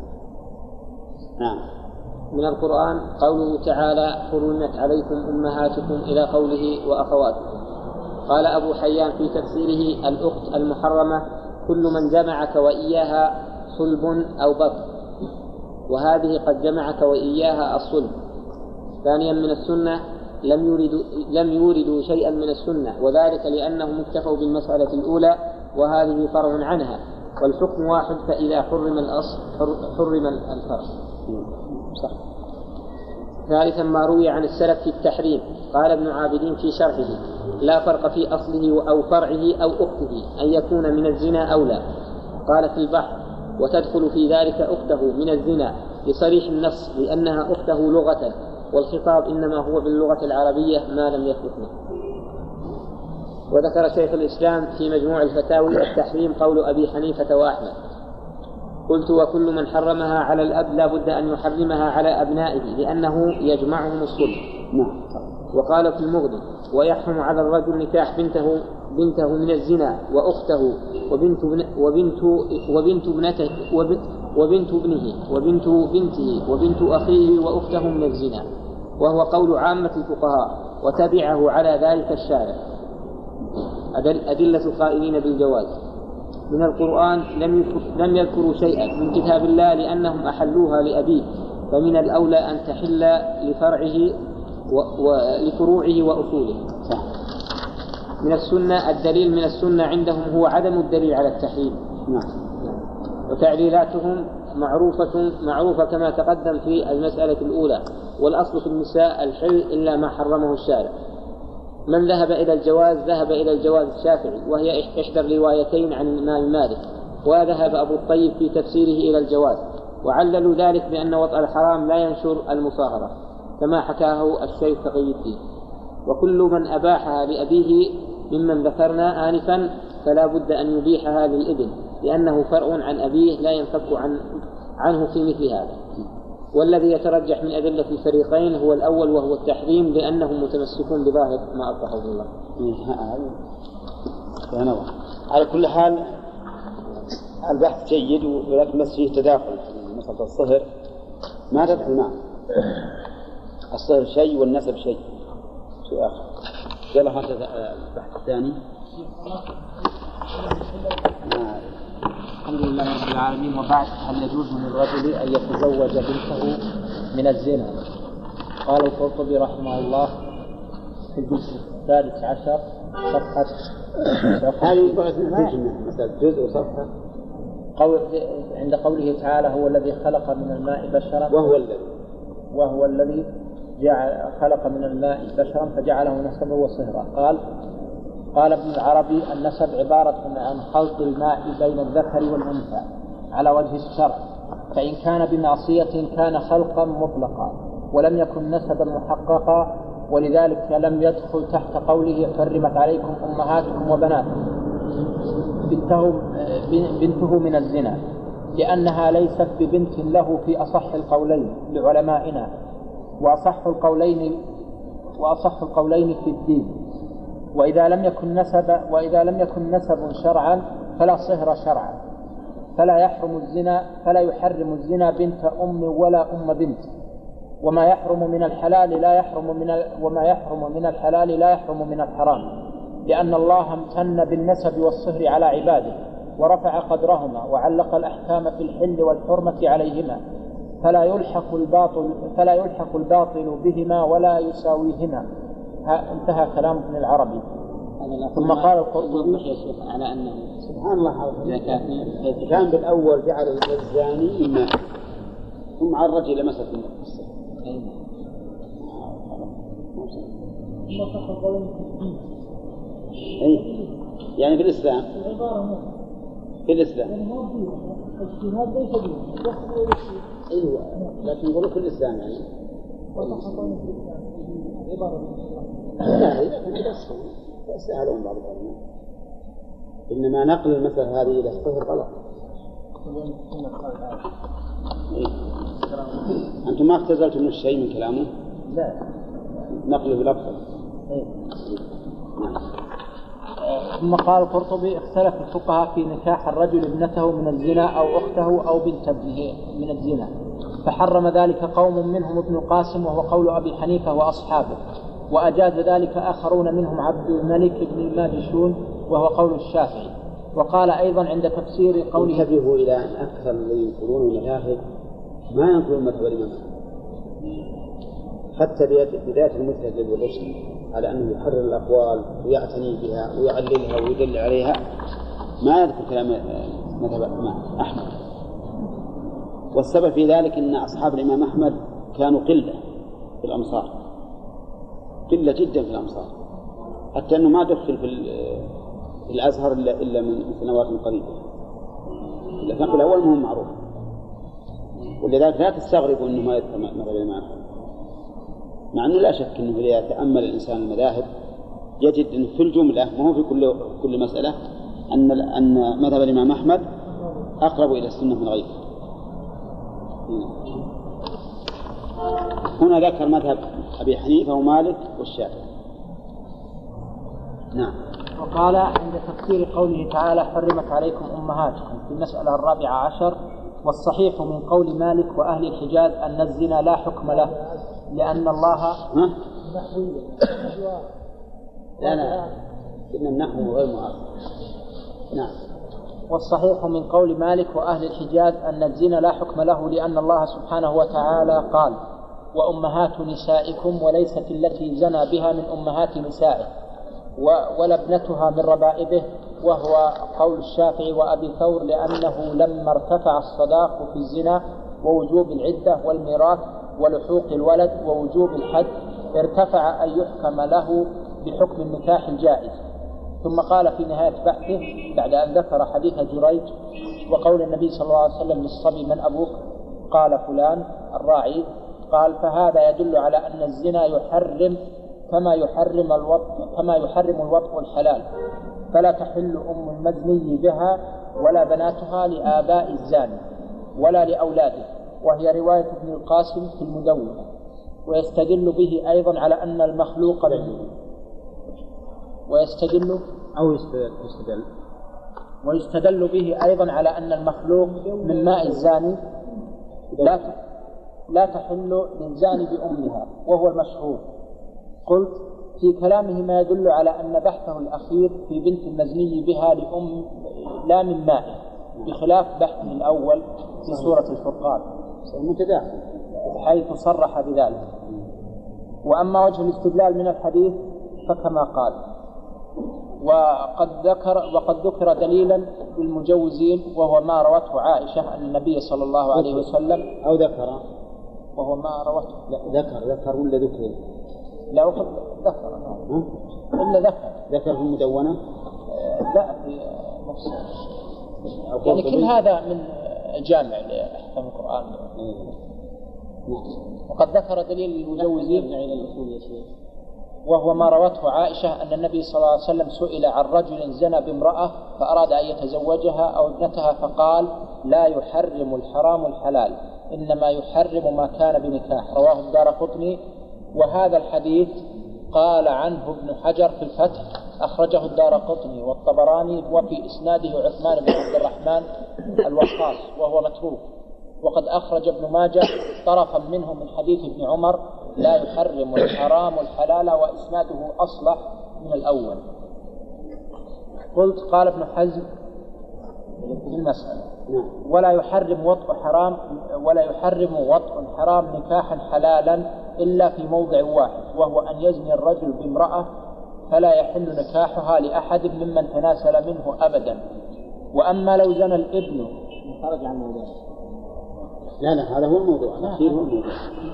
نعم. من القرآن قوله تعالى حرمت عليكم أمهاتكم إلى قوله وأخواتكم. قال أبو حيان في تفسيره الأخت المحرمة كل من جمعك وإياها صلب أو بطن، وهذه قد جمعك وإياها الصلب. ثانيا من السنة لم يوردوا لم يوردوا شيئا من السنة وذلك لأنهم اكتفوا بالمسألة الأولى وهذه فرع عنها والحكم واحد فإذا حرم الأصل حرم الفرع. صح. ثالثا ما روي عن السلف في التحريم. قال ابن عابدين في شرحه لا فرق في أصله أو فرعه أو أخته أن يكون من الزنا أو لا. قال في البحر وتدخل في ذلك أخته من الزنا لصريح النص لأنها أخته لغة والخطاب إنما هو باللغة العربية ما لم يثبت. وذكر شيخ الإسلام في مجموع الفتاوي التحريم قول أبي حنيفة وأحمد. قلت وكل من حرمها على الأب لا بد أن يحرمها على أبنائه لأنه يجمعهم الصلب. نعم. وقال في المغني ويحرم على الرجل نكاح بنته بنته من الزنا وأخته وبنت وبنت وبنت ابنته وبنت ابنه وبنت بنته وبنت أخيه وأخته من الزنا، وهو قول عامة الفقهاء وتبعه على ذلك الشارع. أدل أدلة القائلين بالجواز. من القرآن لم لم يذكروا شيئا من كتاب الله لأنهم أحلوها لأبيه فمن الأولى أن تحل لفرعه ولفروعه وأصوله. من السنة الدليل من السنة عندهم هو عدم الدليل على التحريم. نعم. وتعليلاتهم معروفة معروفة كما تقدم في المسألة الأولى. والأصل في النساء الحل إلا ما حرمه الشارع. من ذهب إلى الجواز ذهب إلى الجواز الشافعي وهي إحدى الروايتين عن الإمام مالك وذهب أبو الطيب في تفسيره إلى الجواز، وعللوا ذلك بأن وطأ الحرام لا ينشر المصاهرة كما حكاه الشيخ تقي الدين. وكل من أباحها لأبيه ممن ذكرنا آنفا فلا بد أن يبيحها للابن، لأنه فرع عن أبيه لا ينفك عن عنه في مثل هذا. والذي يترجح من أدلة الفريقين هو الأول وهو التحريم، لأنهم متمسكون بظاهر ما أطلقه الله. على كل حال البحث جيد، ولكن بس فيه تداخل في مسألة الصهر ما تدخل معه. الصهر شيء والنسب شيء شيء آخر. يلا هذا البحث الثاني. الحمد لله رب العالمين. وبعد، هل يجوز للرجل أن يتزوج بنته من الزنا؟ قال القرطبي رحمه الله في الجزء الثالث عشر صفحة هذه مثلا جزء وصفحة قول عند قوله تعالى هو الذي خلق من الماء بشرا وهو الذي وهو الذي جعل خلق من الماء بشرا فجعله نسبا وصهرا. قال قال ابن العربي النسب عبارة عن خلط الماء بين الذكر والأنثى على وجه الشرع، فإن كان بمعصية كان خلقا مطلقا ولم يكن نسبا محققا، ولذلك لم يدخل تحت قوله حرمت عليكم أمهاتكم وبناتكم بنته من الزنا، لأنها ليست ببنت له في أصح القولين لعلمائنا، وأصح القولين وأصح القولين في الدين. وإذا لم يكن نسب وإذا لم يكن نسب شرعا فلا صهر شرعا، فلا يحرم الزنا فلا يحرم الزنا بنت أم ولا أم بنت. وما يحرم من الحلال لا يحرم من ال... وما يحرم من الحلال لا يحرم من الحرام، لأن الله امتن بالنسب والصهر على عباده ورفع قدرهما وعلق الأحكام في الحل والحرمة عليهما، فلا يلحق الباطل فلا يلحق الباطل بهما ولا يساويهما. انتهى كلام ابن العربي. ثم قال القرطبي على أنه سبحان الله كان بالأول جعل الزاني ماء ثم عرج إلى مسألة النفس. أي يعني في الإسلام في الإسلام أيوة، لكن يقولوا في الإسلام يعني لا إذا كان يدخل يسألون بعض العلماء، إنما نقل المسألة هذه إلى الصهر غلط. أنتم ما اختزلتم من الشيء من كلامه؟ لا، نقله بلفظ. ثم قال القرطبي اختلف الفقهاء في نكاح الرجل ابنته من الزنا أو أخته أو بنت ابنه من الزنا، فحرم ذلك قوم منهم ابن القاسم وهو قول أبي حنيفة وأصحابه، وأجاز ذلك آخرون منهم عبد الملك بن الماجشون وهو قول الشافعي. وقال أيضا عند تفسير قوله انتبهوا إلى أن أكثر الذين يقولون المذاهب ما ينقلون مذهب الإمام حتى بداية المجتهد للرشد على أنه يحرر الأقوال ويعتني بها ويعللها ويدل عليها، ما يذكر كلام مذهب الإمام أحمد. والسبب في ذلك أن أصحاب الإمام أحمد كانوا قلة في الأمصار، قلة جدا في الأمصار، حتى أنه ما دخل في الأزهر إلا من سنوات قليلة، لكن في الأول مهم معروف. ولذلك لا تستغربوا أنه ما يذكر مذهب الإمام أحمد، مع أنه لا شك أنه إذا يتأمل الإنسان المذاهب يجد أنه في الجملة ما هو في كل كل مسألة أن أن مذهب الإمام أحمد أقرب إلى السنة من غيره. هنا ذكر مذهب أبي حنيفة ومالك والشافعي. نعم. وقال عند تفسير قوله تعالى حرمت عليكم أمهاتكم في المسألة الرابعة عشر: والصحيح من قول مالك وأهل الحجاز أن الزنا لا حكم له، لأن الله لا لا إن النحو غير معارض. نعم. والصحيح من قول مالك وأهل الحجاز أن الزنا لا حكم له، لأن الله سبحانه وتعالى قال: وأمهات نسائكم، وليست التي زنى بها من أمهات نسائه، ولا ابنتها من ربائبه، وهو قول الشافعي وأبي ثور، لأنه لما ارتفع الصداق في الزنا ووجوب العدة والميراث ولحوق الولد ووجوب الحد ارتفع أن يحكم له بحكم النكاح الجائز، ثم قال في نهاية بحثه بعد أن ذكر حديث جريج وقول النبي صلى الله عليه وسلم للصبي من أبوك؟ قال فلان الراعي. قال فهذا يدل على أن الزنا يحرم كما يحرم الوطء كما يحرم الوطء الحلال، فلا تحل أم المزني بها ولا بناتها لآباء الزاني ولا لأولاده، وهي رواية ابن القاسم في المدونة. ويستدل به أيضا على أن المخلوق به ويستدل أو يستدل ويستدل به أيضا على أن المخلوق من ماء الزاني لا لا تحل للزاني بأمها، وهو المشهور. قلت في كلامه ما يدل على أن بحثه الأخير في بنت المزني بها لأم لا من ماء، بخلاف بحثه الأول في سورة الفرقان متداخل حيث صرح بذلك. وأما وجه الاستدلال من الحديث فكما قال. وقد ذكر وقد ذكر دليلا للمجوزين وهو ما روته عائشة أن النبي صلى الله عليه وسلم أو ذكر وهو ما روته لا ذكر ذكر ولا ذكر؟ لا أخذ ذكر إلا ذكر ذكر في المدونة لا في نفسه يعني كل هذا من جامع لأحكام القرآن. وقد ذكر دليل للمجوزين وهو ما روته عائشة أن النبي صلى الله عليه وسلم سئل عن رجل زنى بامرأة فأراد أن يتزوجها أو ابنتها فقال لا يحرم الحرام الحلال إنما يحرم ما كان بنكاح، رواه الدارقطني. وهذا الحديث قال عنه ابن حجر في الفتح أخرجه الدارقطني والطبراني وفي إسناده عثمان بن عبد الرحمن الوقاص وهو متروك. وقد أخرج ابن ماجه طرفا منه من حديث ابن عمر لا يحرم الحرام الحلال وإسناده أصلح من الأول. قلت قال ابن حزم في المسألة ولا يحرم وطء حرام ولا يحرم وطء حرام نكاحا حلالا إلا في موضع واحد، وهو أن يزني الرجل بامرأة فلا يحل نكاحها لأحد ممن تناسل منه أبدا. وأما لو زنى الابن خرج عن موضوع لا لا هذا هو الموضوع الأخير هو الموضوع.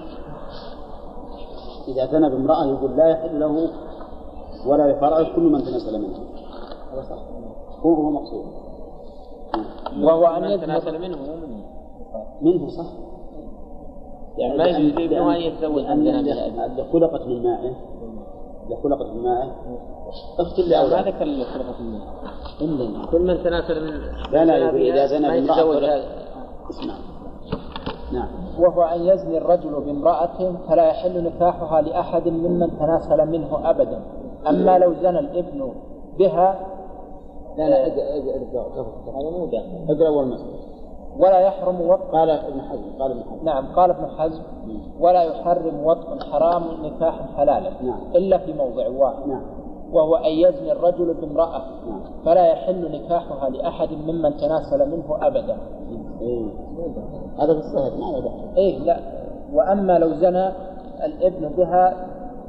إذا زنى بامرأة يقول لا يحل له ولا لفرعه كل من تناسل منه، هذا صح هو هو مقصود. وهو أن يتناسل منه منه صح يعني ما يجوز ابنه أن يتزوج عن إذا خلقت من مائه إذا خلقت من مائه اختل لأولا هذا كل خلقت من مائه كل من تناسل من لا لا يقول إذا زنى بامرأة اسمع نعم. وهو أن يزني الرجل بامرأة فلا يحل نكاحها لأحد ممن تناسل منه أبدا. أما لو زنى الابن بها لا لا اقرأ أول مسألة ولا يحرم وطء قال ابن حزم قال ابن حزم نعم قال ابن حزم ولا يحرم وطء حرام نكاح حلالا نعم. إلا في موضع واحد نعم. وهو أن يزني الرجل بامرأة نعم. فلا يحل نكاحها لأحد ممن تناسل منه أبدا. إيه. هذا في الصحيح ما له إيه لا. وأما لو زنى الابن بها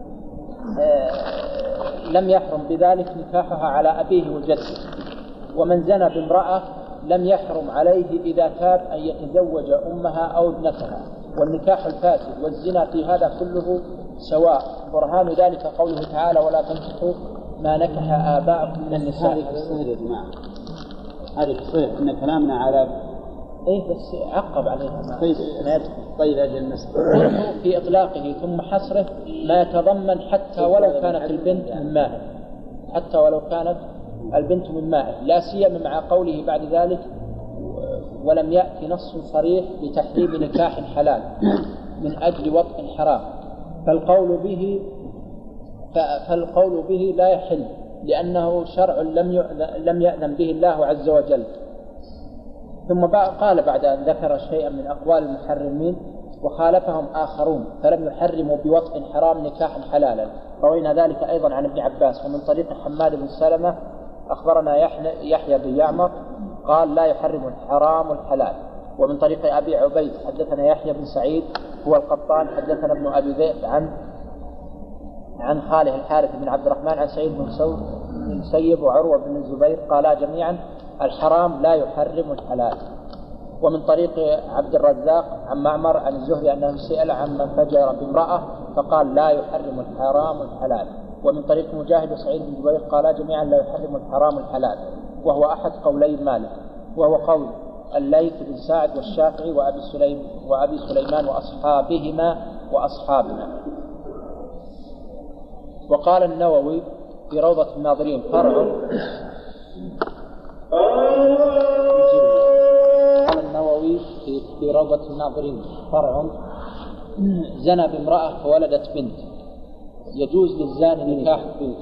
آه لم يحرم بذلك نكاحها على أبيه وجده. ومن زنى بامرأة لم يحرم عليه إذا تاب أن يتزوج أمها أو ابنتها، والنكاح الفاسد والزنا في هذا كله سواء. برهان ذلك قوله تعالى ولا تنكحوا ما نكح آباءكم من النساء. هذه في الصحيح يا جماعة هذه في الصحيح إن كلامنا على إيه بس عقب عليها طيب طيب أجل النسخ في إطلاقه ثم حصره ما يتضمن حتى ولو كانت البنت من ماء حتى ولو كانت البنت من ماء، لا سيما مع قوله بعد ذلك ولم يأتي نص صريح لتحريم نكاح حلال من أجل وطء حرام، فالقول به فالقول به لا يحل لأنه شرع لم لم يأذن به الله عز وجل. ثم قال بعد أن ذكر شيئا من أقوال المحرمين وخالفهم آخرون فلم يحرموا بوطء حرام نكاحا حلالا. روينا ذلك أيضا عن ابن عباس. ومن طريق حماد بن سلمة أخبرنا يحيى بن يعمر قال لا يحرم الحرام الحلال. ومن طريق أبي عبيد حدثنا يحيى بن سعيد هو القطان حدثنا ابن أبي ذئب عن عن خاله الحارث بن عبد الرحمن عن سعيد بن المسيب وعروة بن الزبير قالا جميعا الحرام لا يحرم الحلال. ومن طريق عبد الرزاق عن معمر عن الزهري أنه سئل عن من فجر بامرأة فقال لا يحرم الحرام الحلال. ومن طريق مجاهد وسعيد بن جبير قال جميعا لا يحرم الحرام الحلال، وهو أحد قولي مالك، وهو قول الليث بن سعد والشافعي وأبي سليم وأبي سليمان وأصحابهما وأصحابنا. وقال النووي في روضة الناظرين فرع قال النووي في, في روضة الناظرين فرع زنى بامرأة فولدت بنت يجوز للزاني نكاح بنت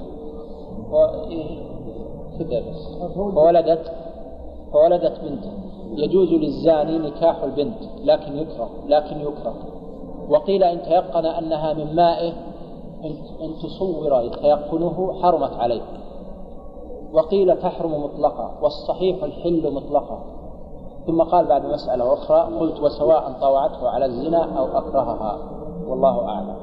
فولدت فولدت بنت يجوز للزاني نكاح البنت لكن يكره لكن يكره وقيل إن تيقن أنها من مائه إن تصور يتيقنه حرمت عليه، وقيل تحرم مطلقة، والصحيح الحل مطلقة. ثم قال بعد مسألة أخرى قلت وسواء طاوعته على الزنا أو أكرهها والله أعلم.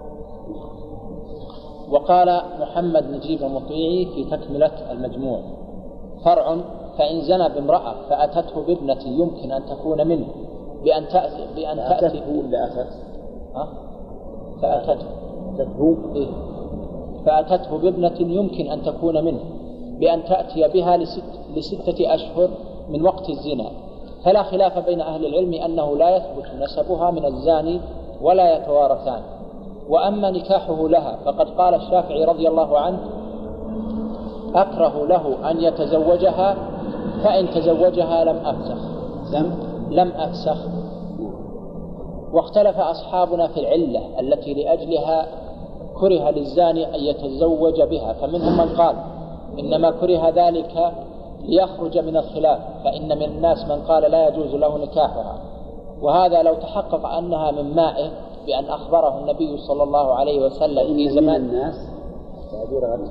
وقال محمد نجيب المطيعي في تكملة المجموع فرع فإن زنى بامرأة فأتته بابنة يمكن أن تكون منه بأن تأتي بأن تأتي أتت ها فأتته إيه؟ فأتته بابنة يمكن أن تكون منه بأن تأتي بها لست لستة أشهر من وقت الزنا، فلا خلاف بين أهل العلم أنه لا يثبت نسبها من الزاني ولا يتوارثان. وأما نكاحه لها فقد قال الشافعي رضي الله عنه أكره له أن يتزوجها فإن تزوجها لم أفسخ لم, لم أفسخ. واختلف أصحابنا في العلة التي لأجلها كره للزاني أن يتزوج بها، فمنهم من قال إنما كره ذلك ليخرج من الخلاف، فإن من الناس من قال لا يجوز له نكاحها، وهذا لو تحقق أنها من مائه بأن أخبره النبي صلى الله عليه وسلم في زمان الناس تعبير غريب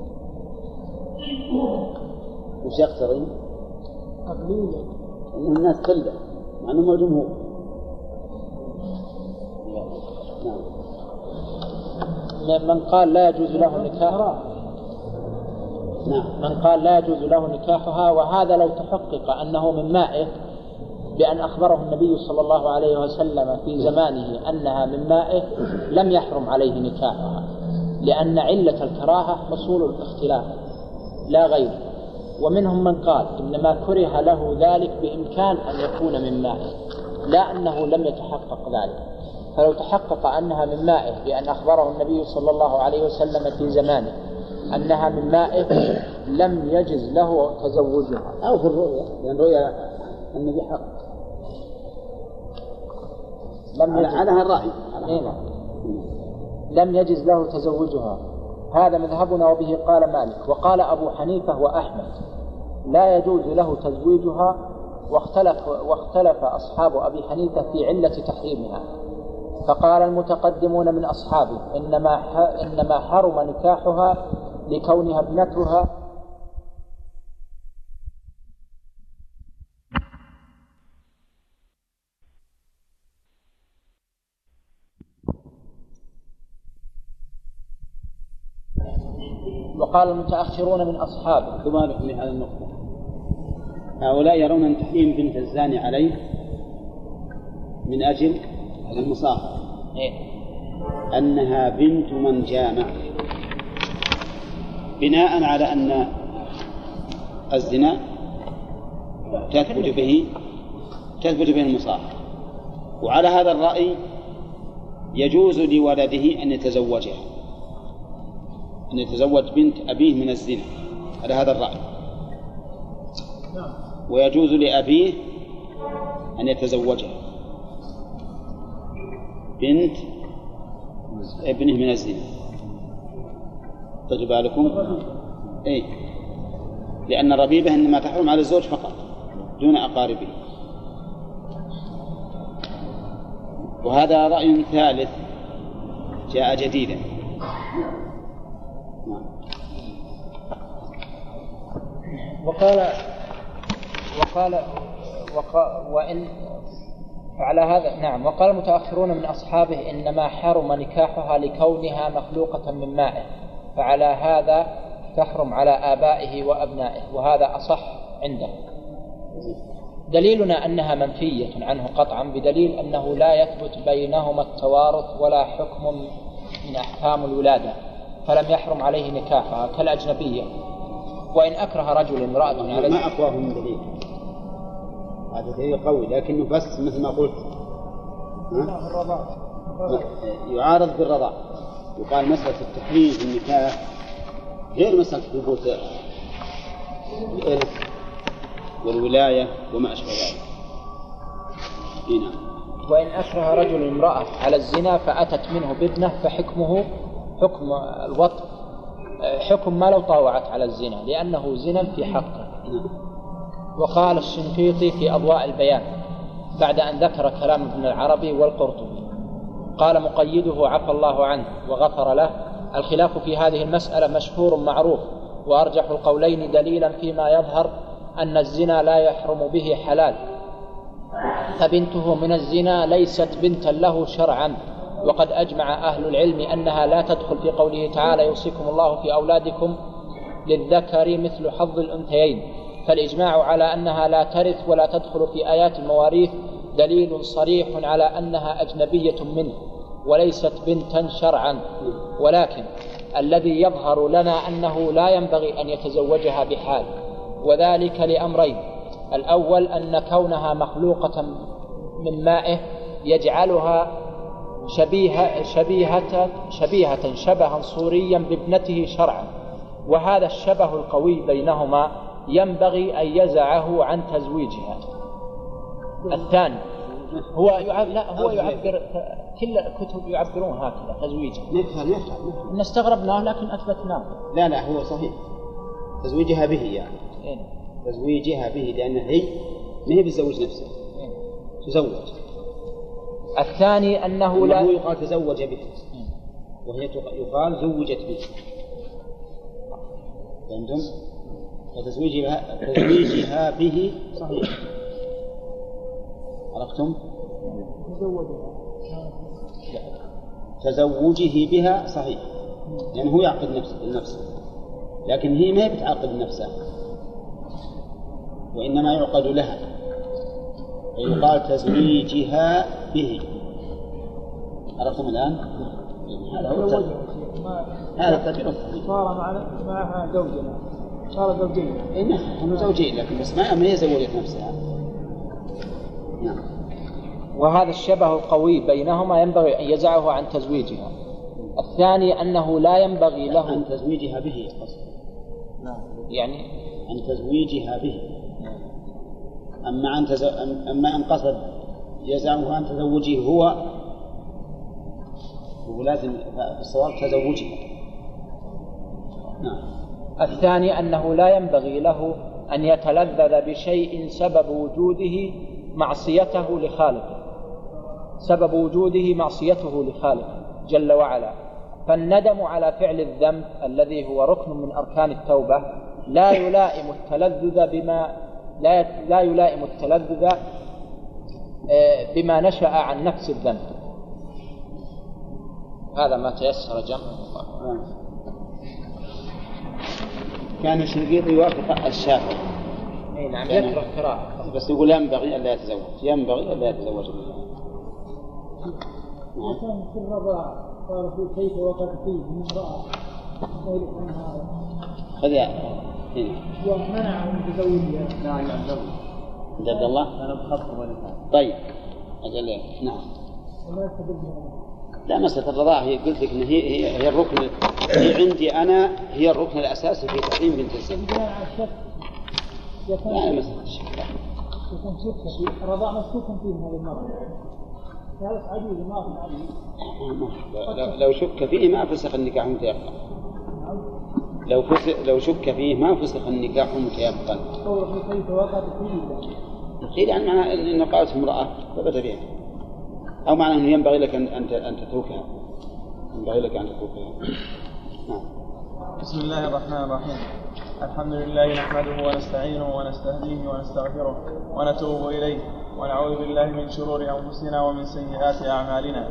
وش يقتضي؟ أقلية إن الناس كله مع أنهم الجمهور. نعم. من قال لا يجوز له نكاحها نعم من قال لا يجوز له نكاحها، وهذا لو تحقق أنه من مائه بأن أخبره النبي صلى الله عليه وسلم في زمانه أنها من مائه لم يحرم عليه نكاحها، لأن علة الكراهة حصول الاختلاف لا غير. ومنهم من قال إنما كره له ذلك بإمكان أن يكون من مائه لا أنه لم يتحقق ذلك، فلو تحقق أنها من مائه بأن أخبره النبي صلى الله عليه وسلم في زمانه أنها من مائه لم يجز له تزوجها. أو في الرؤيا، لأن رؤيا النبي حق لم يجز على الرأي لم يجز له تزوجها. هذا مذهبنا وبه قال مالك. وقال أبو حنيفة وأحمد لا يجوز له تزويجها، واختلف, واختلف أصحاب أبي حنيفة في علة تحريمها، فقال المتقدمون من أصحابه إنما, إنما حرم نكاحها لكونها ابنتها وقال المتأخرون من أصحابه. ثم في هذه النقطة هؤلاء يرون أن تحريم بنت الزاني عليه من أجل المصاهرة إيه؟ أنها بنت من جامع، بناء على أن الزنا تثبت به تثبت به المصاهرة، وعلى هذا الرأي يجوز لولده أن يتزوجها أن يتزوج بنت أبيه من الزنا على هذا الرأي، ويجوز لأبيه أن يتزوجها بنت ابنه من الزنا. تجب بالكم إيه؟ لأن الربيبة إنما تحرم على الزوج فقط دون أقاربه. وهذا رأي ثالث جاء جديدا. وقال وقال وقال وإن على هذا نعم. وقال المتأخرون من أصحابه إنما حرم نكاحها لكونها مخلوقة من مائه، فعلى هذا تحرم على آبائه وأبنائه، وهذا أصح عنده. دليلنا أنها منفية عنه قطعا بدليل أنه لا يثبت بينهما التوارث ولا حكم من أحكام الولادة، فلم يحرم عليه نكاحها كالأجنبية. وإن أكره رجل امرأة على ما أقواه من دليل، هذا دليل قوي لكنه بس مثل ما قلت يعارض بالرضاع. يقال مسألة التحريم في النكاح غير مسألة ثبوت الإرث والولاية وما أشبه ذلك. هنا وإن أكره رجل امرأة على الزنا فأتت منه بابنة فحكمه حكم الوطء، حكم ما لو طاوعت على الزنا لأنه زنا في حقه. وقال الشنقيطي في أضواء البيان بعد أن ذكر كلام ابن العربي والقرطبي قال مقيده عفى الله عنه وغفر له: الخلاف في هذه المسألة مشهور معروف، وأرجح القولين دليلا فيما يظهر أن الزنا لا يحرم به حلال، فبنته من الزنا ليست بنتا له شرعا. وقد أجمع أهل العلم أنها لا تدخل في قوله تعالى: يوصيكم الله في أولادكم للذكر مثل حظ الأنثيين. فالإجماع على أنها لا ترث ولا تدخل في آيات المواريث دليل صريح على أنها أجنبية منه وليست بنتا شرعا. ولكن الذي يظهر لنا أنه لا ينبغي أن يتزوجها بحال، وذلك لأمرين: الأول أن كونها مخلوقة من مائه يجعلها شبيهة شبيهة شبيهة شبها صوريا بابنته شرعا، وهذا الشبه القوي بينهما ينبغي أن يزعه عن تزويجها. الثاني هو يعبر لا هو يعبر كل الكتب يعبرون هكذا تزويجها. نفهم نفهم إن استغربناه لكن أثبتناه. لا لا هو صحيح تزويجها به يعني إيه؟ تزويجها به لأن هي ما هي بتزوج نفسها. إيه؟ تزوج. الثاني أنه لا هو يقال تزوج به وهي يقال زوجت به. فهمتم؟ وتزويجها تزويجها به صحيح. عرفتم؟ تزوجه بها صحيح لأنه يعني هو يعقد نفسه لنفسه، لكن هي ما بتعقد نفسها وإنما يعقد لها، ويقال تزويجها به. عرفتم الآن؟ هذا هو هذا التعبير الصحيح. صار معها زوجنا صار زوجين. إيه نعم هم زوجين لكن بس ما هي زوجت نفسها. نعم. وهذا الشبه القوي بينهما ينبغي أن يزعه عن تزويجها. الثاني أنه لا ينبغي له عن تزويجها به نعم. يعني عن تزويجها به. أما عن تزو... أما أن قصد يزعه عن تزوجه هو ولازم الصواب تزوجها. نعم. الثاني أنه لا ينبغي له أن يتلذذ بشيء سبب وجوده معصيته لخالقه سبب وجوده معصيته لخالقه جل وعلا. فالندم على فعل الذنب الذي هو ركن من أركان التوبة لا يلائم التلذذ بما لا لا يلائم التلذذ بما نشأ عن نفس الذنب. هذا ما تيسر جمعه. كان الشنقيطي يوافق الشافعي. اي نعم يكره قراءة بس يقول ينبغي ألا يتزوج ينبغي ألا يتزوج. وكان في الرضاعة قال في كيف وقد فيه من امرأة سهل عن هذا خذ هنا ومنع من تزوجها. لا يا عبد الله عبد الله أنا بخطه ولكن طيب أجل نعم. وما يستدل بها. لا مسألة الرضاعة هي قلت لك إن هي هي هي الركن هي عندي أنا هي الركن الأساسي في تحريم بنت الزنا. بناء على الشك لا مسألة الشك يكون شك في الرضاعة مشكوك فيه هذه المرة. هذا عجيب ما في عجيب. لو شك فيه ما فسخ النكاح متيقن. لو فسخ لو شك فيه ما فسخ النكاح متيقن. قوله كيف وقد فيه. قيل يعني معنى أن قالت امرأة ثبت بها أو معنى أنه ينبغي لك أن أن أن تتركها ينبغي لك أن تتركها. نعم. بسم الله الرحمن الرحيم. الحمد لله نحمده ونستعينه ونستهديه ونستغفره ونتوب إليه ونعوذ بالله من شرور أنفسنا ومن سيئات أعمالنا.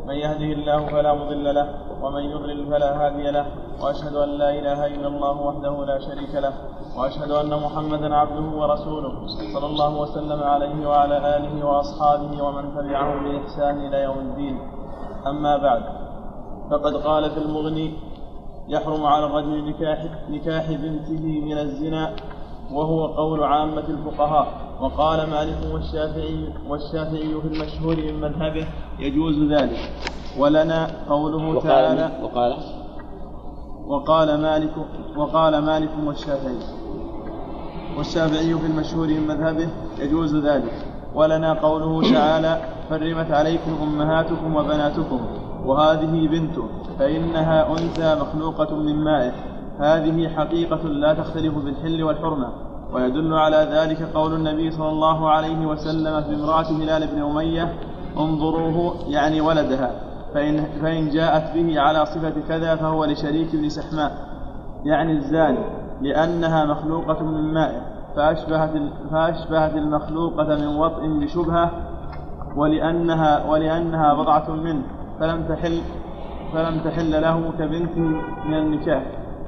من يهده الله فلا مضل له ومن يضلل فلا هادي له، وأشهد أن لا إله إلا الله وحده لا شريك له، وأشهد أن محمدا عبده ورسوله صلى الله وسلم عليه وعلى آله وأصحابه ومن تبعهم بإحسان إلى يوم الدين. أما بعد، فقد قال في المغني: يحرم على الرجل نكاح, نكاح بنته من الزنا، وهو قول عامة الفقهاء. وقال مالك والشافعي, والشافعي في المشهور من مذهبه يجوز ذلك. ولنا قوله تعالى: وقال وقال مالك وقال مالك والشافعي والشافعي في المشهور من مذهبه يجوز ذلك. ولنا قوله تعالى: حرمت عليكم أمهاتكم وبناتكم وهذه بنته فإنها أنثى مخلوقة من مائه. هذه حقيقة لا تختلف بالحل والحرمة. ويدل على ذلك قول النبي صلى الله عليه وسلم في امرأة هلال بن أمية: انظروه، يعني ولدها، فإن, فإن جاءت به على صفة كذا فهو لشريك بن سحماء، يعني الزاني، لأنها مخلوقة من مائه، فأشبهت, فأشبهت المخلوقة من وطء بشبهة، ولأنها, ولأنها بضعة منه فلم تحل, فلم تحل له كبنت من النكاح.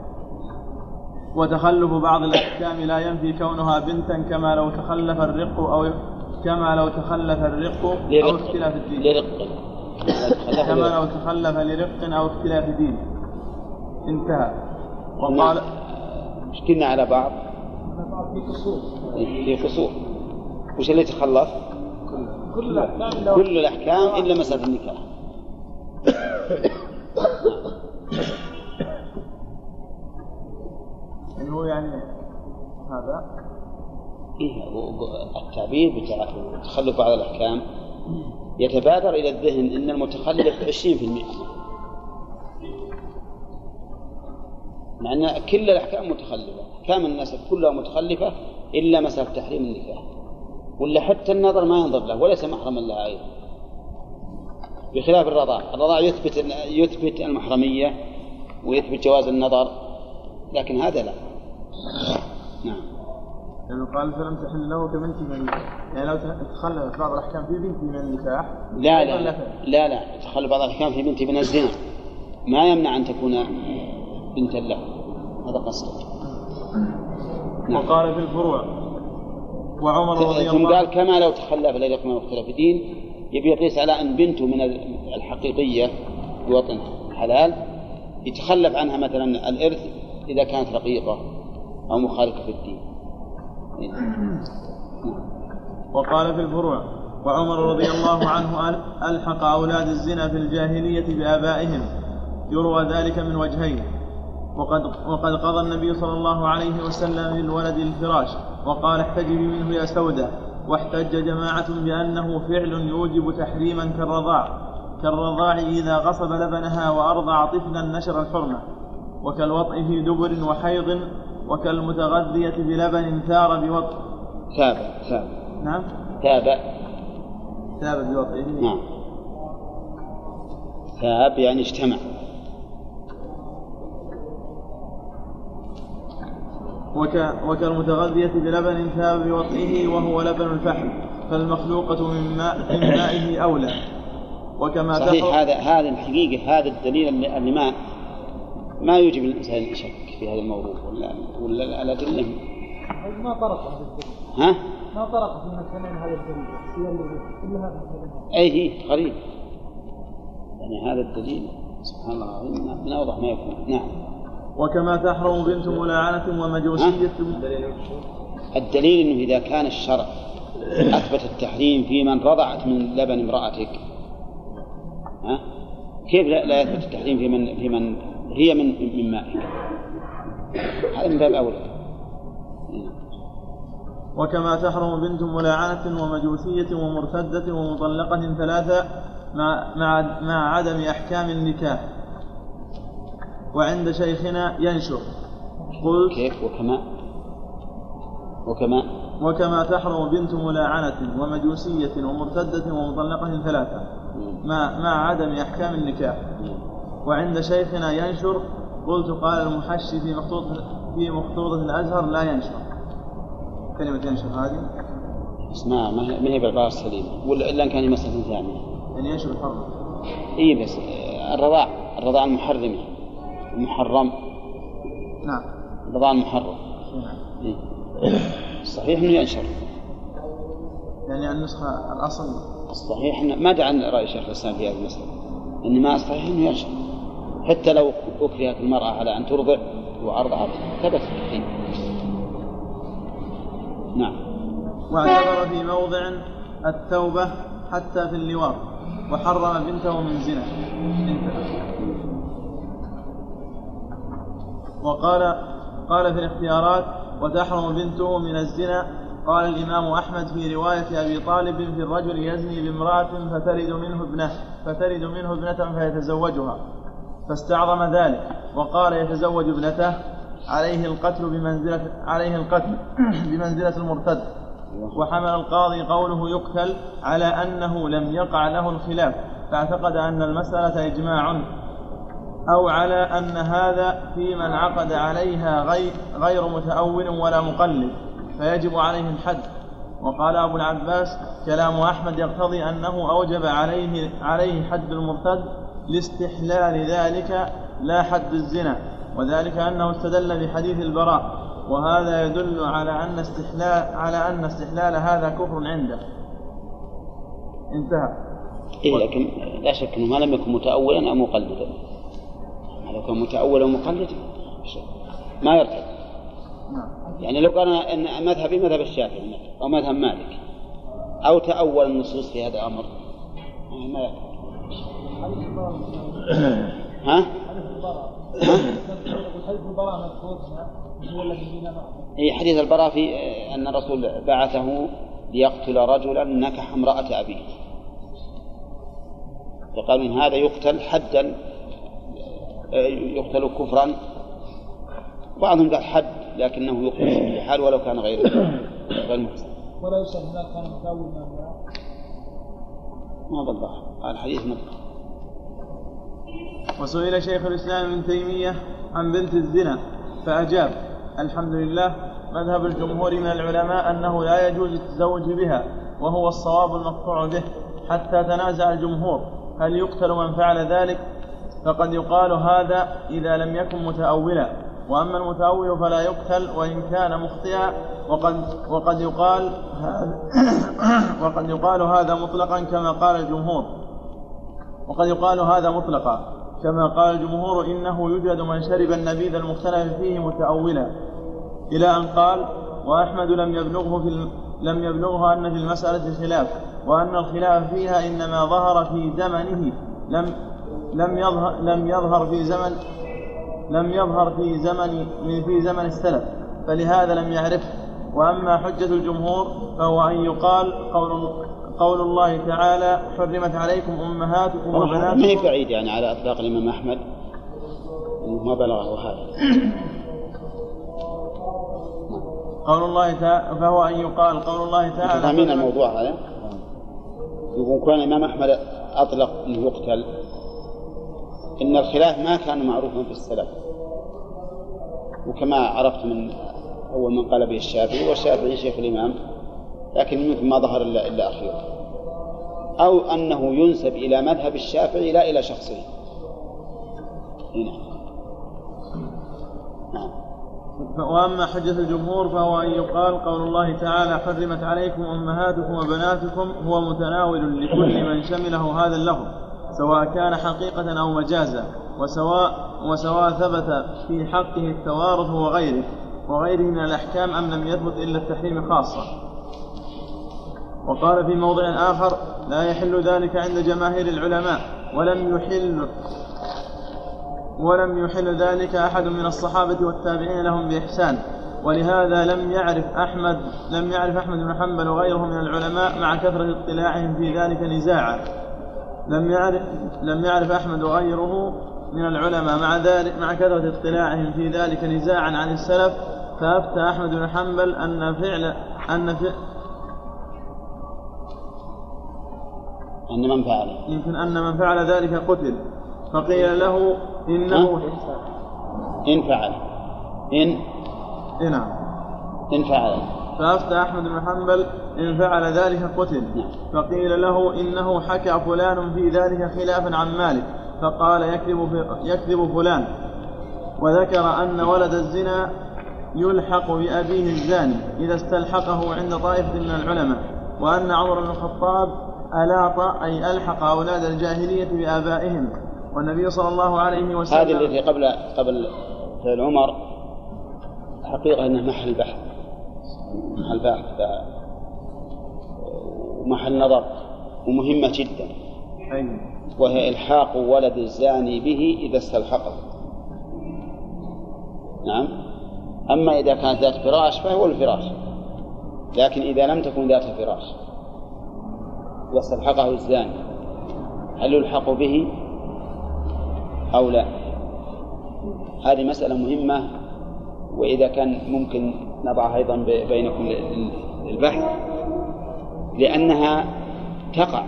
وتخلف بعض الأحكام لا ينفي كونها بنتا، كما لو تخلف الرق أو كما لو تخلف الرق أو اختلاف الدين كما لو تخلف لرق أو اختلاف دين. انتهى. وقال: مشكلنا على بعض في قصور في قصور. وش اللي تخلف؟ كل الأحكام كل الأحكام إلا مسألة النكاح. يعني هو يعني هذا إيه التعبير بتخلف بعض الأحكام يتبادر إلى الذهن إن المتخلف عشرين في المئة، مع أن كل الأحكام متخلفة، أحكام الناس كلها متخلفة إلا مسألة تحريم النكاح، ولا حتى النظر ما ينظر له وليس محرما لها أيضا، بخلاف الرضاع. الرضاع يثبت يثبت المحرمية ويثبت جواز النظر، لكن هذا لا. نعم. يعني قال: فلم تحل له كبنت من النكاح، يعني لو تخلف بعض الأحكام في بنت من النكاح. لا لا لا لا تخلف بعض الأحكام في بنت من الزنا ما يمنع أن تكون بنتا له، هذا قصد. نعم. وقال في الفروع: وعمر رضي ثم الله قال: كما لو تخلف لرقم واختلاف دين، يبي يقيس على أن بنته من الحقيقية بوطن حلال يتخلف عنها مثلا الإرث إذا كانت رقيقة أو مخالفة في الدين. وقال في الفروع: وعمر رضي الله عنه ألحق أولاد الزنا في الجاهلية بآبائهم، يروى ذلك من وجهين. وقد, وقد قضى النبي صلى الله عليه وسلم للولد الفراش وقال: احتجبي منه يا سودة. واحتج جماعة بأنه فعل يوجب تحريما كالرضاع كالرضاع إذا غصب لبنها وأرضع طفلا نشر الحرمة، وكالوطء في دبر وحيض، وكالمتغذية بلبن ثار بوطء. ثاب ثاب نعم ثاب ثاب بوطئه. نعم. ثاب يعني اجتمع. وك... وكالمتغذية بلبن ثاب بوطئه وهو لبن الفحم، فالمخلوقة من ماء من مائه أولى. وكما صحيح. هذا هذا الحقيقة هذا الدليل اللي ما ما يوجب الإنسان شك في هذا الموضوع، ولا ولا الأدلة ما طرق هذا الدليل. ها؟ ما طرق من السنين هذا الدليل كلها أي هي غريب. يعني هذا الدليل سبحان الله من أوضح ما يكون. نعم. وكما تحرم بنت ملاعنة ومجوسية. الدليل أنه إذا كان الشرع أثبت التحريم في من رضعت من لبن امرأتك، ها؟ كيف لا يثبت التحريم في من في من هي من من مائك؟ هذا من باب أولى. وكما تحرم بنت ملاعنة ومجوسية ومرتدة ومطلقة ثلاثة مع مع مع عدم أحكام النكاح. وعند شيخنا ينشر. قلت: كيف؟ وكما وكما وكما تحرم بنت ملاعنة ومجوسية ومرتدة ومطلقة ثلاثة مع مع عدم أحكام النكاح. وعند شيخنا ينشر. قلت: قال المحشي في مخطوطة في مخطوطة الأزهر لا ينشر. كلمة ينشر هذه اسمها ما هي بالعبارة السليمة، ولا إلا كان مسألة ثانية. يعني ينشر الحرمة. إيه بس الرضاع الرضاع المحرم المحرم نعم الرضاع المحرم إيه؟ الصحيح إنه ينشر. يعني النسخة الأصل الصحيح إنه ما دعا رأي شيخ الإسلام في هذه المسألة، إنما الصحيح إنه ينشر حتى لو أكرهت المرأة على أن ترضع وأرضعت ثبت فيه. نعم. واعتبر في موضع التوبة حتى في اللواط وحرم بنته من زنا. وقال قال في الاختيارات وتحرم بنته من الزنا. قال الإمام أحمد في رواية أبي طالب في الرجل يزني بامرأة فترد منه ابنه فترد منه ابنة فيتزوجها فاستعظم ذلك وقال يتزوج ابنته عليه القتل بمنزلة عليه القتل بمنزلة المرتد. وحمل القاضي قوله يقتل على أنه لم يقع له الخلاف فاعتقد أن المسألة إجماع أو على أن هذا في من عقد عليها غير, غير متأول ولا مقلد فيجب عليه الحد. وقال أبو العباس كلام أحمد يقتضي أنه أوجب عليه, عليه حد المرتد لاستحلال ذلك لا حد الزنا، وذلك أنه استدل بحديث البراء وهذا يدل على أن استحلال على أن استحلال هذا كفر عنده. انتهى. إيه لكن لا شك أنه ما لم يكن متأولا أو مقلدا. لو كان متأولا ومقلدا ما يرتد. يعني لو كان أن مذهبي مذهب الشافعي أو مذهب مالك أو تأول النصوص في هذا الأمر ما يرتد. ها؟ حديث البراء مذكور هو الذي فينا معه. إيه حديث البراء في أن الرسول بعثه ليقتل رجلا نكح امرأة أبيه، فقالوا إن هذا يقتل حدا يقتل كفرا. بعضهم قال حد لكنه يقتل في حال ولو كان غير غير محسن. ولا يسأل هناك كان متأول ما ما بالضبط قال حديث مطلق. وسئل شيخ الإسلام ابن تيمية عن بنت الزنا فأجاب الحمد لله مذهب الجمهور من العلماء أنه لا يجوز التزوج بها وهو الصواب المقطوع به، حتى تنازع الجمهور هل يقتل من فعل ذلك، فقد يقال هذا إذا لم يكن متأولا، وأما المتأول فلا يقتل وإن كان مخطئا. وقد, وقد, يقال وقد يقال هذا مطلقا كما قال الجمهور وقد يقال هذا مطلقا كما قال الجمهور إنه يوجد من شرب النبيذ المختلف فيه متأولا، إلى أن قال وأحمد لم يبلغه, في لم يبلغه أن في المسألة خلاف، وأن الخلاف فيها إنما ظهر في زمنه لم, لم, يظهر, لم يظهر في زمن لم يظهر في زمن في زمن السلف فلهذا لم يعرفه. وأما حجة الجمهور فهو أن يقال قول, قول الله تعالى حرمت عليكم أمهاتكم وبناتكم. ما هي بعيد يعني على أطلاق الإمام أحمد ما بلغه هذا. قول الله تعالى فهو أن يقال قول الله تعالى. فاهمين الموضوع هذا؟ يقول كان الإمام أحمد أطلق أنه يقتل، إن الخلاف ما كان معروفا في السلف، وكما عرفت من أول من قال به الشافعي، والشافعي شيخ الإمام لكن يمكن ما ظهر إلا, إلا أخيرا، أو أنه ينسب إلى مذهب الشافعي لا إلى شخصه. هنا. نعم. وأما حجة الجمهور فهو أن يقال قول الله تعالى حرمت عليكم أمهاتكم وبناتكم هو متناول لكل من شمله هذا اللفظ سواء كان حقيقة أو مجازا، وسواء, وسواء ثبت في حقه التوارث وغيره وغيره من الأحكام أم لم يثبت إلا التحريم خاصة. وقال في موضع آخر لا يحل ذلك عند جماهير العلماء ولم يحل ولم يحل ذلك أحد من الصحابة والتابعين لهم بإحسان، ولهذا لم يعرف أحمد لم يعرف أحمد بن حنبل وغيره من العلماء مع كثرة اطلاعهم في ذلك نزاعا لم يعرف لم يعرف أحمد وغيره من العلماء مع ذلك مع كثرة اطلاعهم في ذلك نزاعا عن السلف، فأفتى أحمد بن حنبل أن فعل أن فعل أن من فعل يمكن أن من فعل ذلك قتل، فقيل له إنه إن فعل إن إن إن فعل فأفتى أحمد بن حنبل إن فعل ذلك قتل. فقيل له إنه حكى فلان في ذلك خلافا عن مالك، فقال يكذب, يكذب فلان. وذكر أن ولد الزنا يلحق بأبيه الزاني إذا استلحقه عند طائفة من العلماء، وأن عمر بن الخطاب ألاط أي ألحق أولاد الجاهلية بآبائهم، والنبي صلى الله عليه وسلم. هذا الذي قبل قبل فعل عمر حقيقة أنه محل بحث، محل بحث ومحل نظر ومهمة جدا، وهي إلحاق ولد الزاني به إذا استلحقه. نعم. أما إذا كانت ذات فراش فهو الفراش، لكن إذا لم تكن ذات فراش واستلحقه الزاني هل يلحق به أو لا؟ هذه مسألة مهمة، وإذا كان ممكن نضعها أيضا بينكم البحث، لأنها تقع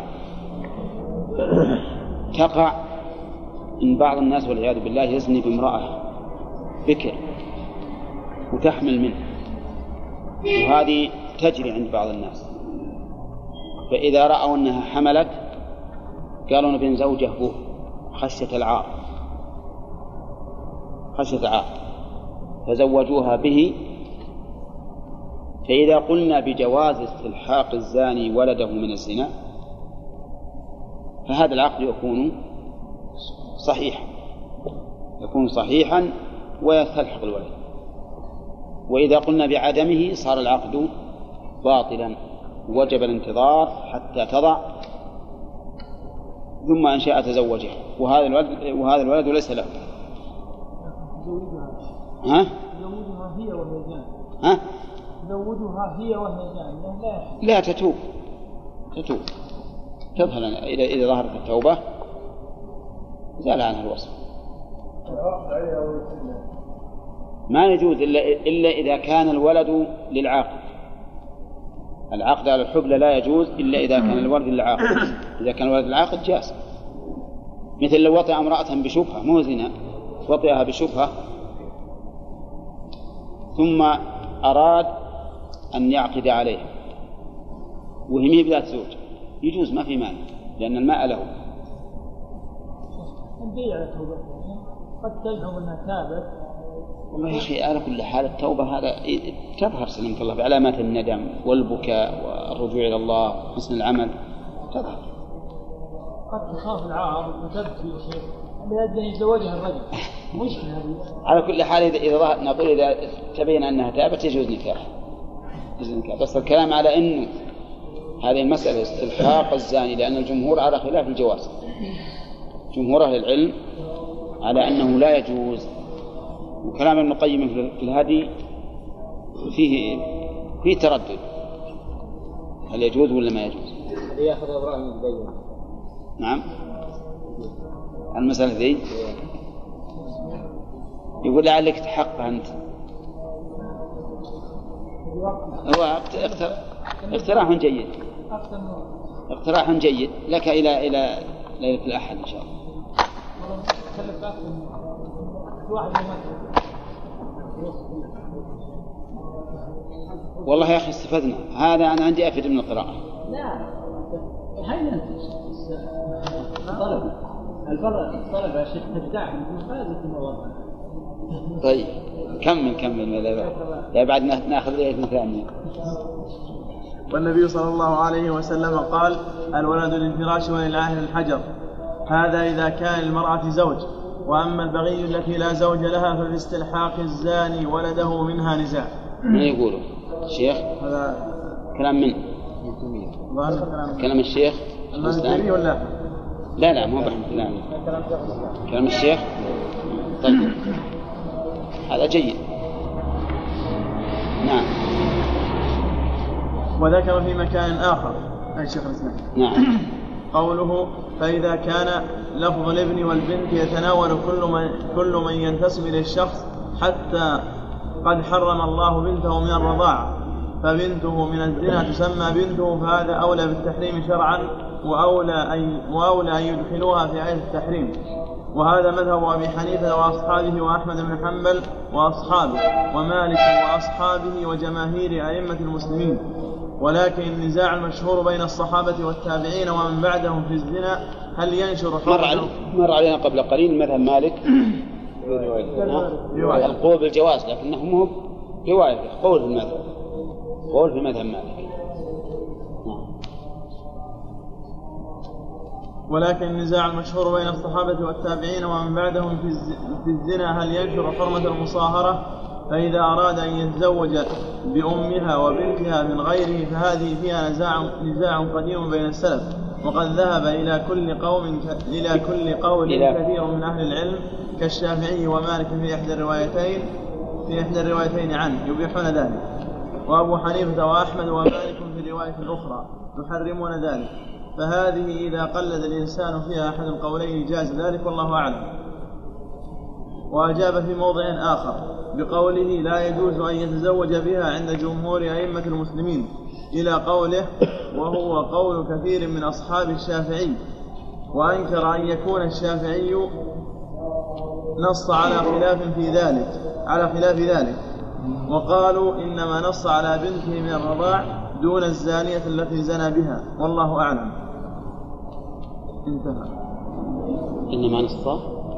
تقع إن بعض الناس والعياذ بالله يزني بامرأة بكر وتحمل منه، وهذه تجري عند بعض الناس، فإذا رأوا أنها حملت قالوا نبي زوجه به خشية العار خشية العار فزوجوها به. فإذا قلنا بجواز استلحاق الزاني ولده من الزنا فهذا العقد يكون صحيحا يكون صحيحا ويستلحق الولد، وإذا قلنا بعدمه صار العقد باطلا، وجب الانتظار حتى تضع، ثم إن شاء تزوجها، وهذا الولد وهذا الولد ليس له. ها؟ زوجها هي وهي جانب. ها؟ زوجها هي وهي جانب. لا لا تتوب تتوب تظهر إذا إذا ظهرت التوبة زال عنها الوصف. ما يجوز إلا إلا إذا كان الولد للعاقل. العقد على الحبلى لا يجوز إلا إذا كان الولد للعاقل. إذا كان الولد للعاقل جاز، مثل لو وطئ امرأة بشبهة مو زنا، وطئها بشبهة ثم أراد أن يعقد عليها وهي بذات زوج يجوز، ما في مانع، لأن الماء له. قد تزعم أنها تابت. والله يا أخي على كل حال التوبة هذا تظهر سلمك الله بعلامات الندم والبكاء والرجوع إلى الله وحسن العمل تظهر. قد تخاف العار وتبكي شيء لأجل يتزوجها الرجل مشكلة هذه. على كل حال إذا إذا ظهر نقول إذا تبين أنها تابت يجوز نكاح، بس الكلام على إنه هذه المسألة استلحاق الزاني، لأن الجمهور على خلاف الجواز. جمهور أهل العلم على أنه لا يجوز، وكلام ابن القيم في الهدي فيه فيه تردد هل يجوز ولا ما يجوز. يأخذ إبراهيم البين. نعم المسألة ذي يقول لعلك تحقق أنت. هو اقتراح جيد اقتراح جيد لك إلى إلى ليلة الأحد إن شاء الله. والله يا أخي استفدنا، هذا أنا عندي أفيد من القراءة. لا هيا طلب الفرق طلب عشان تبدع هذا الموضوع. طيب كمل كمل لا بعد ناخذ ليلة ثانية. والنبي صلى الله عليه وسلم قال الولد للفراش وللعاهر الحجر، هذا إذا كان للمرأة زوج، وأما البغي التي لا زوج لها فباستلحاق الزاني ولده منها نزاع. من يقوله الشيخ؟ هذا كلام من؟ كلام الشيخ المالكي ولا؟ لا لا مو بحث كلام كلام الشيخ. طيب هذا جيد. نعم. وذكر في مكان آخر أي شيخ الإسلام. نعم. قوله فإذا كان لفظ الابن والبنت يتناول كل من, كل من ينتسب إلى الشخص حتى قد حرم الله بنته من الرضاعة، فبنته من الزنا تسمى بنته، فهذا أولى بالتحريم شرعا وأولى أن, وأولى أن يدخلوها في آية التحريم. وهذا مذهب أبي حنيفة وأصحابه وأحمد بن حنبل وأصحابه ومالك وأصحابه وجماهير أئمة المسلمين. ولكن النزاع المشهور بين الصحابة والتابعين ومن بعدهم في الزنا هل ينشر مر, علي مر علينا قبل قليل مذهب مالك القول بالجواز، لكنه مو رواية، قول في المذهب، قول في مذهب مالك. ولكن النزاع المشهور بين الصحابة والتابعين ومن بعدهم في الزنا هل ينشر حرمة المصاهرة؟ فإذا أراد أن يتزوج بأمها وبنتها من غيره فهذه فيها نزاع, نزاع قديم بين السلف، وقد ذهب إلى كل قوم إلى كل قول كثير من أهل العلم كالشافعي ومالك في إحدى الروايتين في إحدى الروايتين عنه يبيحون ذلك، وأبو حنيفة وأحمد ومالك في الرواية الأخرى يحرمون ذلك، فهذه إذا قلد الإنسان فيها أحد القولين جاز ذلك والله أعلم. وأجاب في موضع آخر بقوله لا يجوز أن يتزوج بها عند جمهور أئمة المسلمين إلى قوله وهو قول كثير من أصحاب الشافعي، وأنكر أن يكون الشافعي نص على خلاف في ذلك على خلاف ذلك وقالوا إنما نص على بنته من الرضاع دون الزانية التي زنى بها والله أعلم. انتهى. إنما نص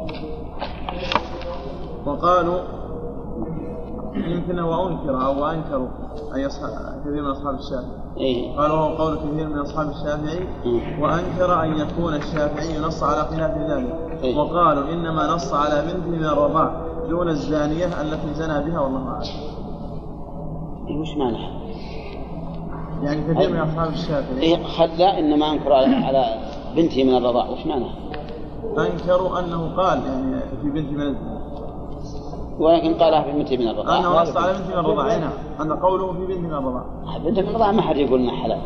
وقالوا يمكن وأنكر أو أنكروا أي أصحاب كثير من أصحاب الشافعي، قالوا هو قول كثير من أصحاب الشافعي، وأنكر أن يكون الشافعي نص على خلاف ذلك، وقالوا إنما نص على بنته من الرضاع دون الزانية التي زنى بها والله أعلم. وش معنى؟ يعني كثير من أصحاب الشافعي إيه خلا إنما أنكر على بنته من الرضاع، وش معنى؟ أنكروا أنه قال يعني في بنته من الزنا، ولكن قالها في بنته من الرضاع، أنه نص على بنته من الرضاع. هنا أن قوله في بنته من الرضاع، بنته من الرضاع ما حد يقول إنها حلال.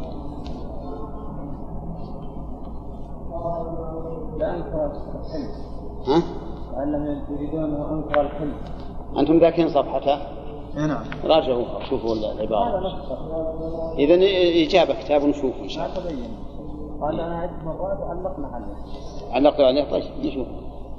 لا أنكر الحلم. ها؟ لأنهم يريدون أن أنكر الحلم. أنتم ذاكرين صفحتها؟ نعم. راجعوا شوفوا العبارة. إذن إجابة كتاب ونشوف إن شاء الله. قال أنا عدة مرات علقنا عليه. علقنا عليه طيب نشوف.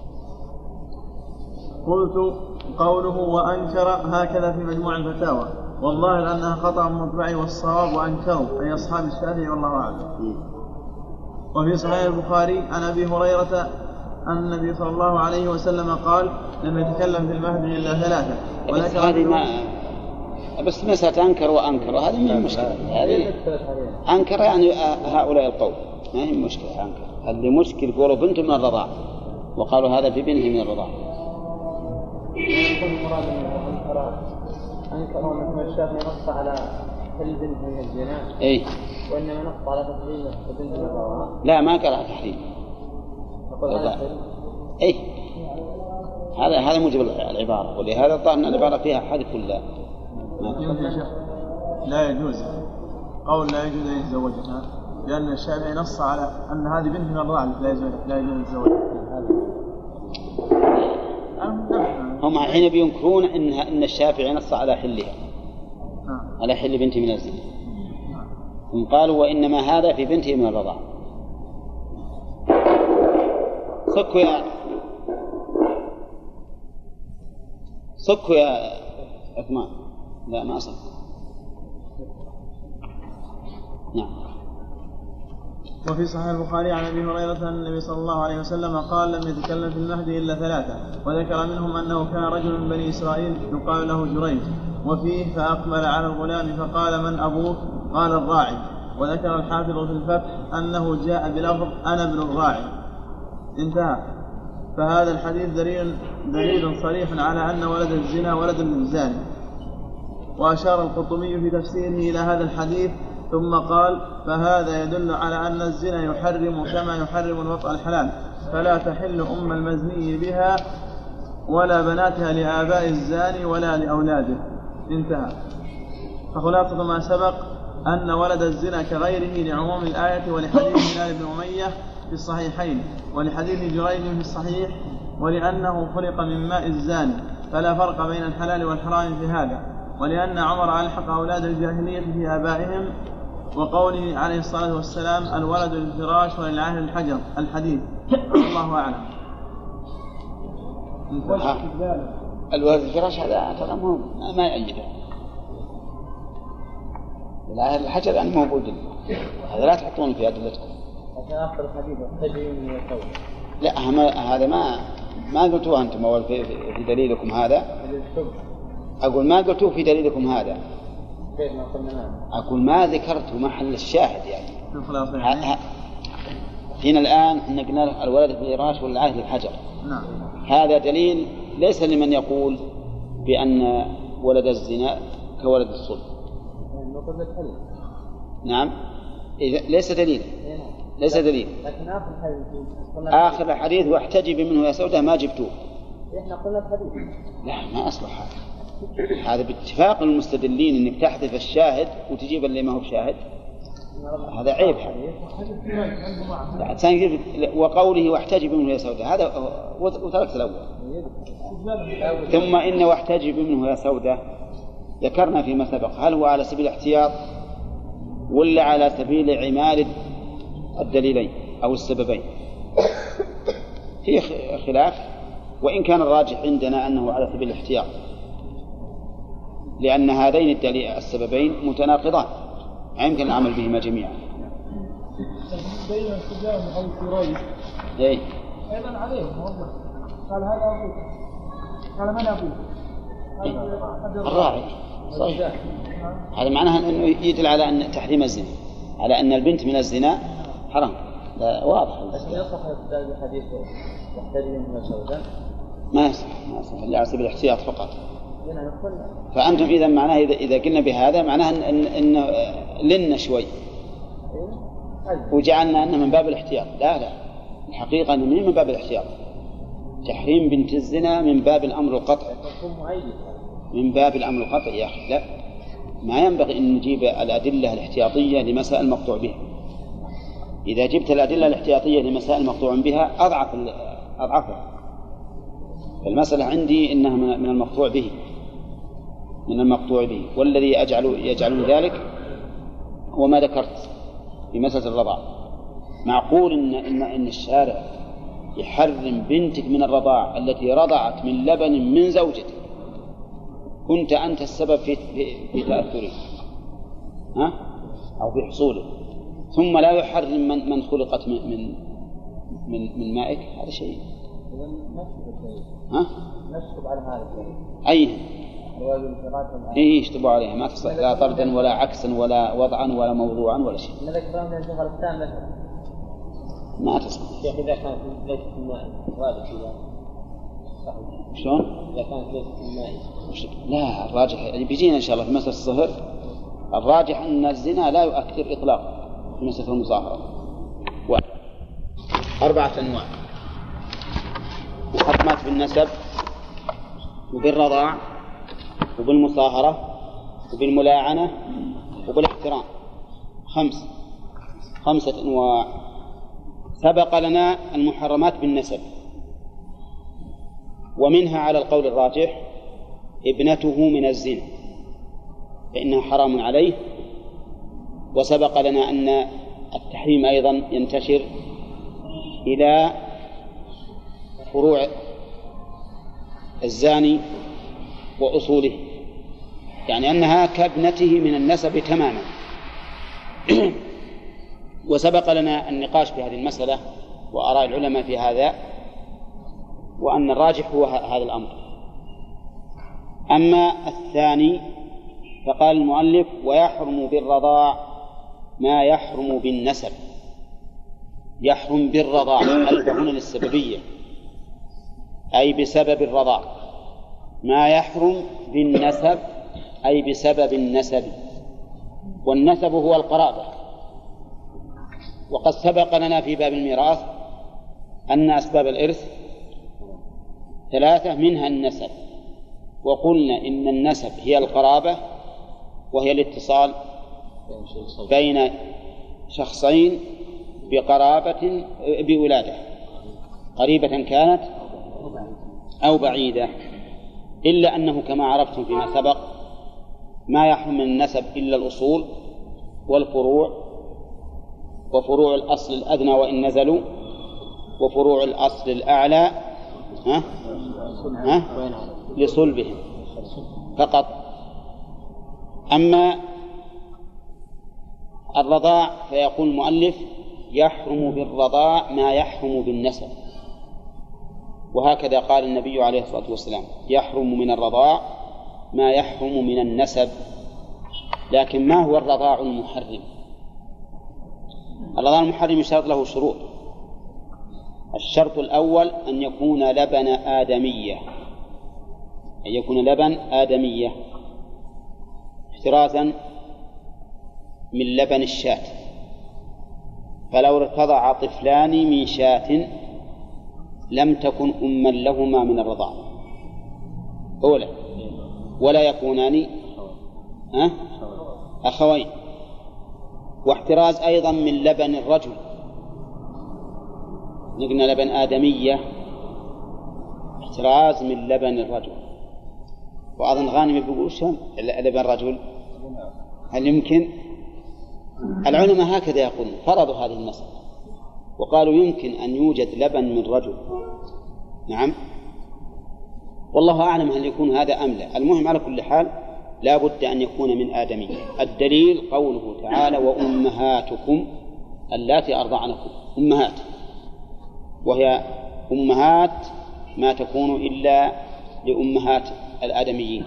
قلت قوله وأنكر هكذا في مجموع الفتاوى، والله أنها خطأ مطبعي والصواب وأنكروا أي أصحاب الشافعي والله أعلم. وفي صحيح البخاري عن أبي هريرة أن النبي صلى الله عليه وسلم قال لم يتكلم في المهد إلا ثلاثة. بس هذه ما بس مسألة أنكر وأنكر هذه من المشكلة. هذه أنكر يعني هؤلاء القوم ما هي مشكلة. أنكر اللي مشكل قولوا بنت من الرضاع وقالوا هذا في بنته من الرضاع. أنكروا أن الشافعي نص على كل بنت من الزنا. إيه. وإنما نص على تحريم بنت من الرضاع. لا ما قال على تحريم. إيه. هذا هذا موجب العبارة، ولهذا ظن العبارة فيها حذف ولا لا يجوز. قول لا يجوز أن يتزوجها لأن الشافعي نص على أن هذه بنت من الرضاعة لا يجوز لا يجوز الزواج. هم الحين بينكرون إن إن الشافعي نص على حلها على حل بنت من الزنا، هم قالوا وإنما هذا في بنته من الرضاعة. صكوا يا صكوا يا عثمان. لا ما صك. نعم. وفي صحيح البخاري عن أبي هريرة أن النبي صلى الله عليه وسلم قال لم يتكلم في المهد إلا ثلاثة، وذكر منهم أنه كان رجل من بني إسرائيل يقال له جريج، وفيه فأقبل على الغلام فقال من أبوك؟ قال الراعي. وذكر الحافظ في الفتح أنه جاء بلفظ أنا ابن الراعي. انتهى. فهذا الحديث دليل, دليل صريح على أن ولد الزنا ولد للزاني. وأشار القرطبي في تفسيره إلى هذا الحديث ثم قال فهذا يدل على أن الزنا يحرم كما يحرم الوطأ الحلال، فلا تحل أم المزني بها ولا بناتها لآباء الزاني ولا لأولاده. انتهى. فخلاصة ما سبق أن ولد الزنا كغيره لعموم الآية ولحديث هلال بن أمية في الصحيحين ولحديث جريج في الصحيح، ولأنه خلق من ماء الزاني فلا فرق بين الحلال والحرام في هذا، ولأن عمر ألحق أولاد الجاهلية في آبائهم، وقوله عليه الصلاة والسلام الولد للفراش وللعاهر الحجر الحديث. الله أعلم. الولد للفراش هذا ترى مهم ما يعجبه. لا الحجر يعني موجود، هذا لا تحطون في أدلتكم. عشان آخر الحديث تجري من يسوي. لا هذا ما ما قلتوه أنتم أول في, في دليلكم هذا. أقول ما قلتوه في دليلكم هذا. كيف ما قلنا؟ أقول ما ذكرت محل الشاهد يعني. فينا الآن إن قلنا الولد في الفراش والعهد الحجر. نعم. هذا دليل ليس لمن يقول بأن ولد الزنا كولد الصلب. نعم ليس دليل، ليس دليل. لكن آخر الحديث آخر الحديث واحتجب منه يا سودة ما جبتوه. إحنا قلنا الحديث. لا ما أصلح هذا. هذا باتفاق المستدلين إنك تحذف الشاهد وتجيب اللي ما هو بشاهد، هذا عيب. وقوله واحتجب منه يا سودة هذا وتركت الأول. ثم إن واحتجب منه يا سودة ذكرنا فيما سبق هل هو على سبيل الاحتياط ولا على سبيل عمال الدليلين أو السببين؟ في خلاف، وإن كان الراجح عندنا أنه على سبيل الاحتياط، لأن هذين الدليل السببين متناقضان لا يمكن العمل بهما جميعا. بين استدلال أو قريب إيه أيضا عليه قال هذا أبوك، قال من أبوك؟ الراعي. صحيح. هذا معناه أنه يدل على أن تحريم الزنا، على أن البنت من الزنا حرام. لا واضح. لكن يصح الحديث يحترم من سوداء. ما يصح، ما يصح إلا على سبيل الاحتياط فقط. فأنتم إذا معناه إذا إذا قلنا بهذا معناه إن إن لنا شوي وجعلنا أنه من باب الاحتياط. لا لا الحقيقة أنه من باب الاحتياط. تحريم بنت الزنا من باب الأمر القطعي، من باب الأمر القطعي يا أخي. لا ما ينبغي أن نجيب الأدلة الاحتياطية لمسائل مقطوع بها. إذا جبت الأدلة الاحتياطية لمسائل مقطوع بها أضعف أضعفها. فالمسألة عندي إنها من المقطوع به، من المقطوع به. والذي أجعل يجعلون ذلك هو ما ذكرت في مسألة الرضاع. معقول إن إن إن الشارع يحرم بنتك من الرضاع التي رضعت من لبن من زوجتك كنت أنت السبب في في تأثره ها أو في حصوله، ثم لا يحرم من من خلقت من من من, من مائك؟ هذا شيء. ها؟ نشطب على هذا. أي إيه يشطبوا عليها ما تصح لا طردا ولا عكسا ولا وضعا ولا موضوعا ولا شيء. ما تصح. شيخ إذا كانت ليست الماء واجب فيها. شلون؟ إذا كانت ليست الماء. لا الراجح بيجينا إن شاء الله في مسألة الصهر. الراجح أن الزنا لا يؤثر إطلاقا في مسألة المصاهرة. أربعة أنواع: محرمات بالنسب وبالرضاع وبالمصاهرة وبالملاعنة وبالاحترام. خمس خمسة أنواع. سبق لنا المحرمات بالنسب، ومنها على القول الراجح ابنته من الزنا فإنها حرام عليه. وسبق لنا أن التحريم أيضا ينتشر إلى فروع الزاني وأصوله، يعني أنها كابنته من النسب تماما. وسبق لنا النقاش في هذه المسألة وآراء العلماء في هذا، وأن الراجح هو هذا الأمر. أما الثاني فقال المؤلف: ويحرم بالرضاع ما يحرم بالنسب. يحرم بالرضاع ألف هنا للسببية، أي بسبب الرضاع. ما يحرم بالنسب أي بسبب النسب، والنسب هو القرابة. وقد سبق لنا في باب الميراث أن أسباب الإرث ثلاثة منها النسب، وقلنا إن النسب هي القرابة، وهي الاتصال بين شخصين بقرابة بولادة، قريبة كانت أو بعيدة. إلا أنه كما عرفتم فيما سبق ما يحرم من النسب إلا الأصول والفروع، وفروع الأصل الأدنى وإن نزلوا، وفروع الأصل الأعلى ها؟ ها؟ لصلبهم فقط. أما الرضاع فيقول المؤلف يحرم بالرضاع ما يحرم بالنسب، وهكذا قال النبي عليه الصلاة والسلام يحرم من الرضاع ما يحرم من النسب. لكن ما هو الرضاع المحرم؟ الرضاع المحرم يشترط له شروط. الشرط الأول أن يكون لبن آدمية، أن يكون لبن آدمية احترازا من لبن الشاة، فلو ارتضع طفلان من شاة لم تكن أما لهما من الرضاع أولا، ولا يكونان أه؟ أخوين. واحتراز أيضا من لبن الرجل، نقلنا لبن آدمية احتراز من لبن الرجل. وأظن غانم بيقول شو لبن الرجل؟ هل يمكن؟ العلماء هكذا يقولون، فرضوا هذه المسألة وقالوا يمكن أن يوجد لبن من رجل. نعم، والله أعلم هل يكون هذا أم لا. المهم على كل حال لا بد أن يكون من آدمية. الدليل قوله تعالى وأمهاتكم اللاتي أرضعنكم، أمهات، وهي أمهات ما تكون إلا لأمهات الآدميين.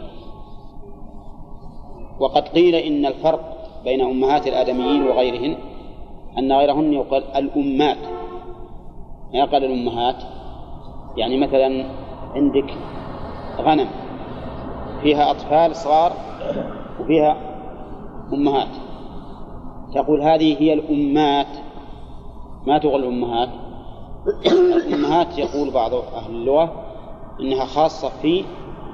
وقد قيل إن الفرق بين أمهات الآدميين وغيرهن أن غيرهن يقال الأمات، ما يقال الأمهات. يعني مثلا عندك غنم فيها أطفال صغار وفيها أمهات، تقول هذه هي الأمات، ما تقول الأمهات. الأمهات يقول بعض أهل اللغة إنها خاصة في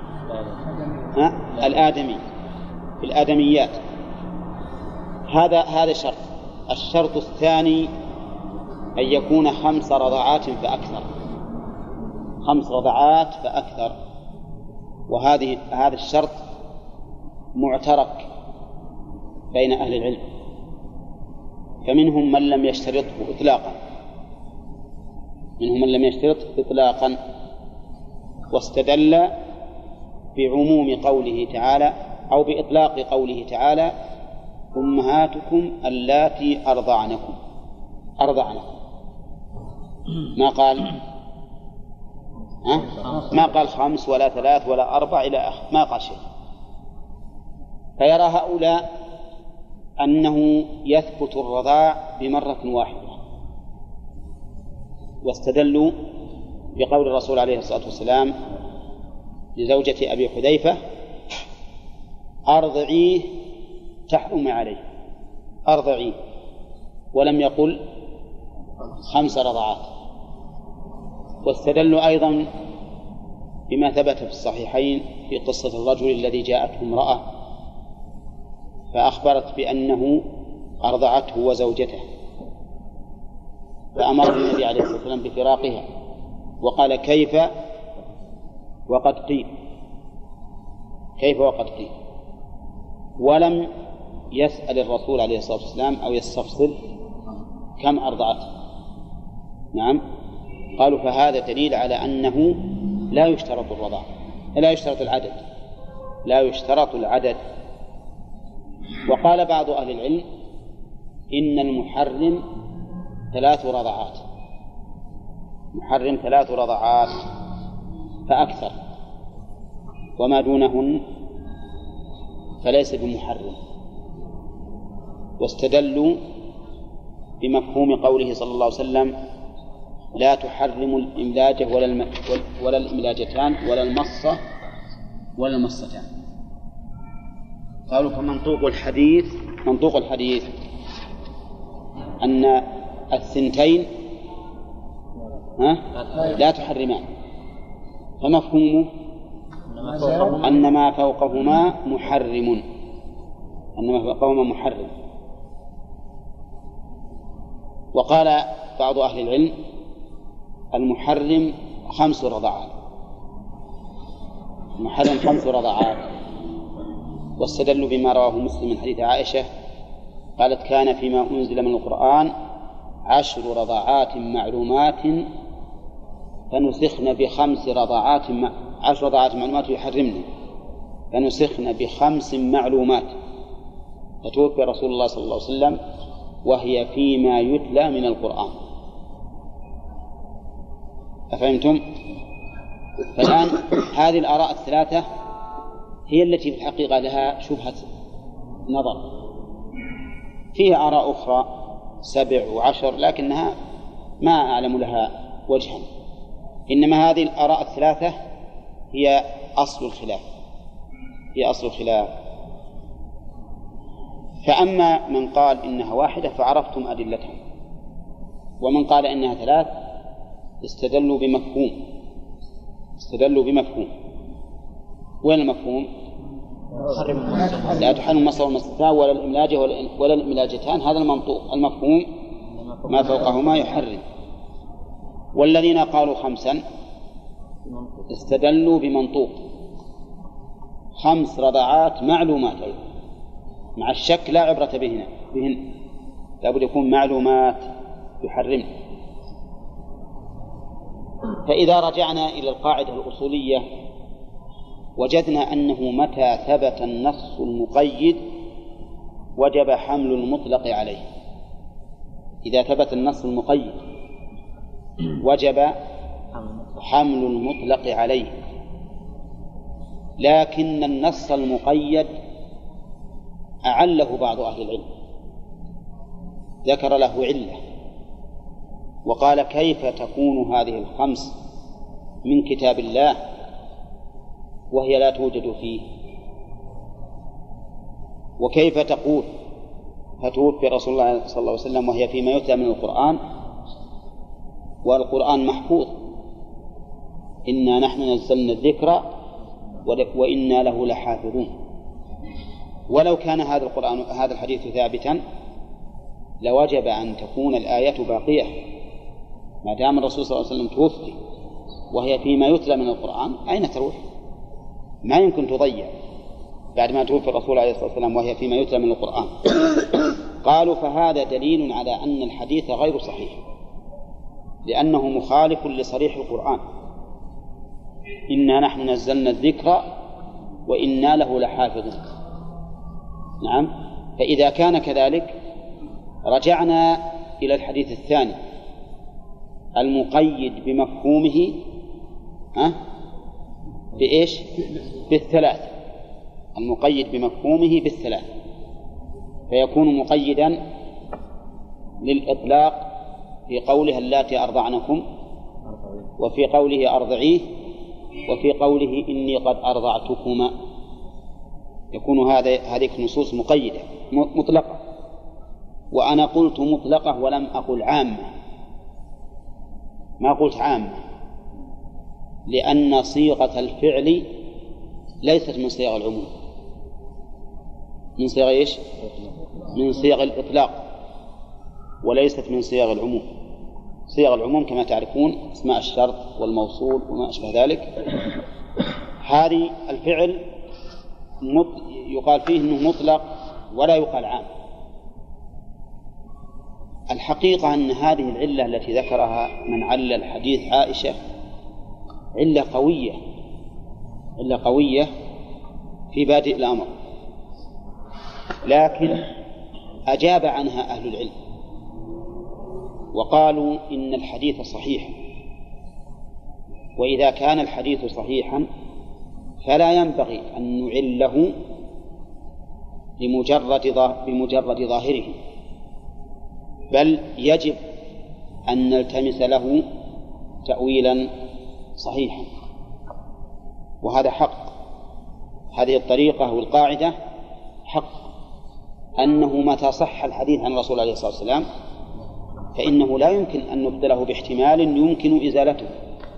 الآدمي، في الآدميات. هذا هذا شرط. الشرط الثاني أن يكون خمس رضعات فأكثر، خمس رضعات فأكثر. وهذه هذا الشرط معترك بين أهل العلم، فمنهم من لم يشترطه إطلاقا، منهم من لم يشترط إطلاقا، واستدل بعموم قوله تعالى أو بإطلاق قوله تعالى أمهاتكم اللاتي أرضعنكم، أرضعنكم، ما قال ها؟ ما قال خمس ولا ثلاث ولا أربع إلى آخر، ما قال شيء. فيرى هؤلاء أنه يثبت الرضاع بمرة واحدة، واستدلوا بقول الرسول عليه الصلاة والسلام لزوجة أبي حذيفة أرضعيه تحرم عليه، أرضعيه، ولم يقل خمس رضعات. واستدلوا أيضا بما ثبت في الصحيحين في قصة الرجل الذي جاءته امرأة فأخبرت بأنه أرضعته وزوجته، فأمر النبي عليه الصلاة والسلام بفراقها، وقال كيف وقد قيل، كيف وقد قيل، ولم يسأل الرسول عليه الصلاة والسلام أو يستفصل كم أرضعته. نعم، قالوا فهذا دليل على أنه لا يشترط الرضاع، لا يشترط العدد، لا يشترط العدد. وقال بعض أهل العلم إن المحرم ثلاث رضعات، محرم ثلاث رضعات فأكثر، وما دونهن فليس بمحرم. واستدلوا بمفهوم قوله صلى الله عليه وسلم لا تحرم الإملاجة ولا, الم... ولا الإملاجتان ولا المصة ولا المصتان. قالوا فمنطوق الحديث، منطوق الحديث أن الثنتين ها لا تحرمان، فمفهومه أن ما فوقهما محرم، أن ما فوقهما محرم. وقال بعض أهل العلم المحرم خمس رضعات، المحرم خمس رضعات. واستدلوا بما رواه مسلم من حديث عائشة قالت كان فيما أنزل من القرآن عشر رضعات معلومات فنسخن بخمس رضعات، عشر رضعات معلومات يحرمن فنسخن بخمس معلومات. فتوفي رسول الله صلى الله عليه وسلم وهي فيما يتلى من القرآن. أفهمتم؟ فالآن هذه الآراء الثلاثة هي التي في الحقيقة لها شبهة نظر. فيها آراء أخرى سبع وعشر لكنها ما أعلم لها وجها، إنما هذه الآراء الثلاثة هي أصل الخلاف هي أصل الخلاف. فأما من قال إنها واحدة فعرفتم أدلتها، ومن قال إنها ثلاث استدلوا بمفهوم استدلوا بمفهوم وين المفهوم؟ لا تحرم المصدر والمصدر ولا الإملاجة ولا الإملاجتان، هذا المنطوق. المفهوم ما فوقهما يحرم. والذين قالوا خمسا استدلوا بمنطوق خمس رضعات معلومات أيضا مع الشك لا عبرة بهن بهن لابد يكون معلومات يحرم. فإذا رجعنا إلى القاعدة الأصولية وجدنا أنه متى ثبت النص المقيد وجب حمل المطلق عليه. إذا ثبت النص المقيد وجب حمل المطلق عليه، لكن النص المقيد أعله بعض أهل العلم، ذكر له علة وقال كيف تكون هذه الخمس من كتاب الله وهي لا توجد فيه؟ وكيف تقول فتوفي رسول الله صلى الله عليه وسلم وهي فيما يتلى من القرآن والقرآن محفوظ؟ إنا نحن نزلنا الذكر وإنا له لحافظون. ولو كان هذا القرآن هذا الحديث ثابتا لوجب أن تكون الآية باقية ما دام الرسول صلى الله عليه وسلم توفي وهي فيما يتلى من القرآن. أين تروح؟ ما يمكن تضيع بعد ما توفي الرسول عليه الصلاة والسلام وهي فيما يتلى من القرآن. قالوا فهذا دليل على أن الحديث غير صحيح لأنه مخالف لصريح القرآن، إنا نحن نزلنا الذكر وإنا له لحافظون. نعم. فإذا كان كذلك رجعنا إلى الحديث الثاني المقيد بمفهومه ها بإيش؟ بالثلاث. المقيد بمفهومه بالثلاث فيكون مقيدا للإطلاق في قوله اللاتي أرضعنكم، وفي قوله أرضعيه، وفي قوله إني قد أرضعتكما. يكون هذا هذه النصوص مقيدة مطلقة. وأنا قلت مطلقة ولم أقل عامة، ما قلت عامة، لأن صيغة الفعل ليست من صيغ العموم، من صيغ إيش؟ من صيغ الإطلاق وليست من صيغ العموم. صيغ العموم كما تعرفون اسماء الشرط والموصول وما أشبه ذلك. هذه الفعل يقال فيه أنه مطلق ولا يقال عام. الحقيقة أن هذه العلة التي ذكرها من علل حديث عائشة علة قوية علة قوية في بادئ الأمر، لكن أجاب عنها أهل العلم وقالوا إن الحديث صحيح، وإذا كان الحديث صحيحا فلا ينبغي أن نعله بمجرد بمجرد ظاهره، بل يجب أن نلتمس له تأويلا صحيحا. وهذا حق. هذه الطريقة والقاعدة حق، أنه متى صح الحديث عن الرسول عليه الصلاة والسلام فإنه لا يمكن أن نبدله باحتمال يمكن إزالته،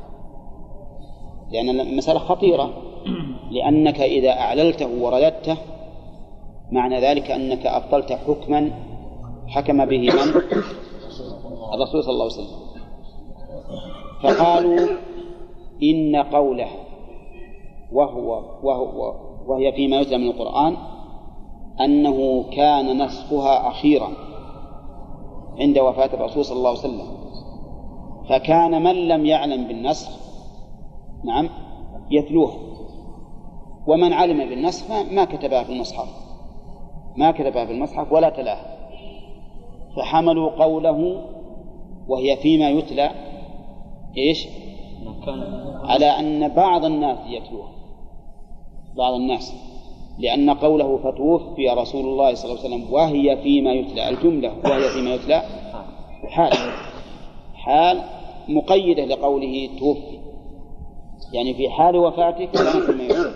لأن المسألة خطيرة. لأنك إذا أعللته ورددته معنى ذلك أنك أبطلت حكما حكم به من؟ الرسول صلى الله عليه وسلم. فقالوا إن قوله وهو, وهو وهي فيما يتلى من القرآن أنه كان نسخها أخيرا عند وفاة الرسول صلى الله عليه وسلم، فكان من لم يعلم بالنسخ نعم يتلوها، ومن علم بالنسخ ما كتبها في المصحف ما كتبها في المصحف ولا تلاها. فحملوا قوله وهي فيما يتلى إيش؟ على أن بعض الناس يتلوها، بعض الناس، لأن قوله فتوفي رسول الله صلى الله عليه وسلم وهي فيما يتلى، الجملة وهي فيما يتلى حال حال مقيدة لقوله توفي، يعني في حال وفاته كان فيما يتلى.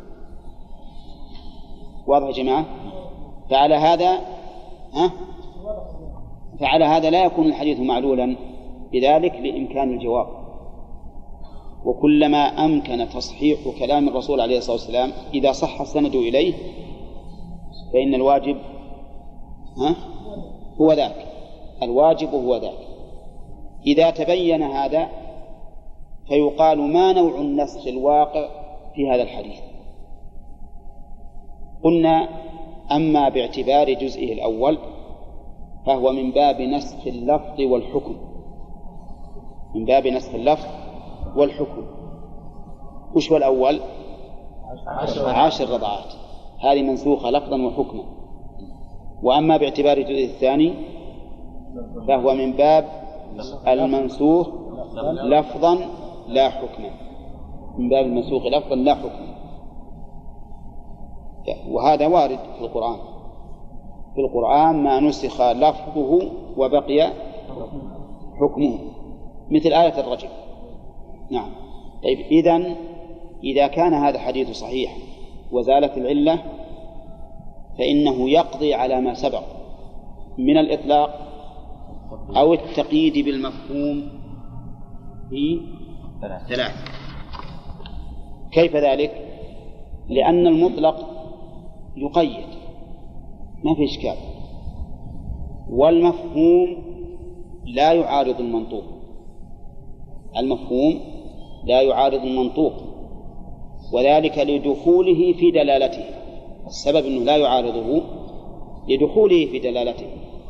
واضح يا جماعة؟ فعلى هذا ها؟ فعلى هذا لا يكون الحديث معلولا بذلك لإمكان الجواب، وكلما أمكن تصحيح كلام الرسول عليه الصلاة والسلام إذا صح السند إليه فإن الواجب ها؟ هو ذاك، الواجب هو ذاك. إذا تبين هذا فيقال ما نوع النسخ الواقع في هذا الحديث؟ قلنا أما باعتبار جزئه الأول فهو من باب نسخ اللفظ والحكم، من باب نسخ اللفظ والحكم. وش هو الأول؟ عشر, عشر رضعات، هذه منسوخة لفظا وحكما. وأما باعتبار الجزء الثاني فهو من باب المنسوخ لفظا لا حكما، من باب المنسوخ لفظا لا حكما. وهذا وارد في القرآن، في القرآن ما نسخ لفظه وبقي حكمه، مثل آية الرجم. نعم. طيب إذن إذا كان هذا الحديث صحيح وزالت العلة فإنه يقضي على ما سبق من الإطلاق أو التقييد بالمفهوم في ثلاث. كيف ذلك؟ لأن المطلق يقيد ما في إشكال، والمفهوم لا يعارض المنطوق، المفهوم لا يعارض المنطوق، وذلك لدخوله في دلالته. السبب أنه لا يعارضه لدخوله في دلالته.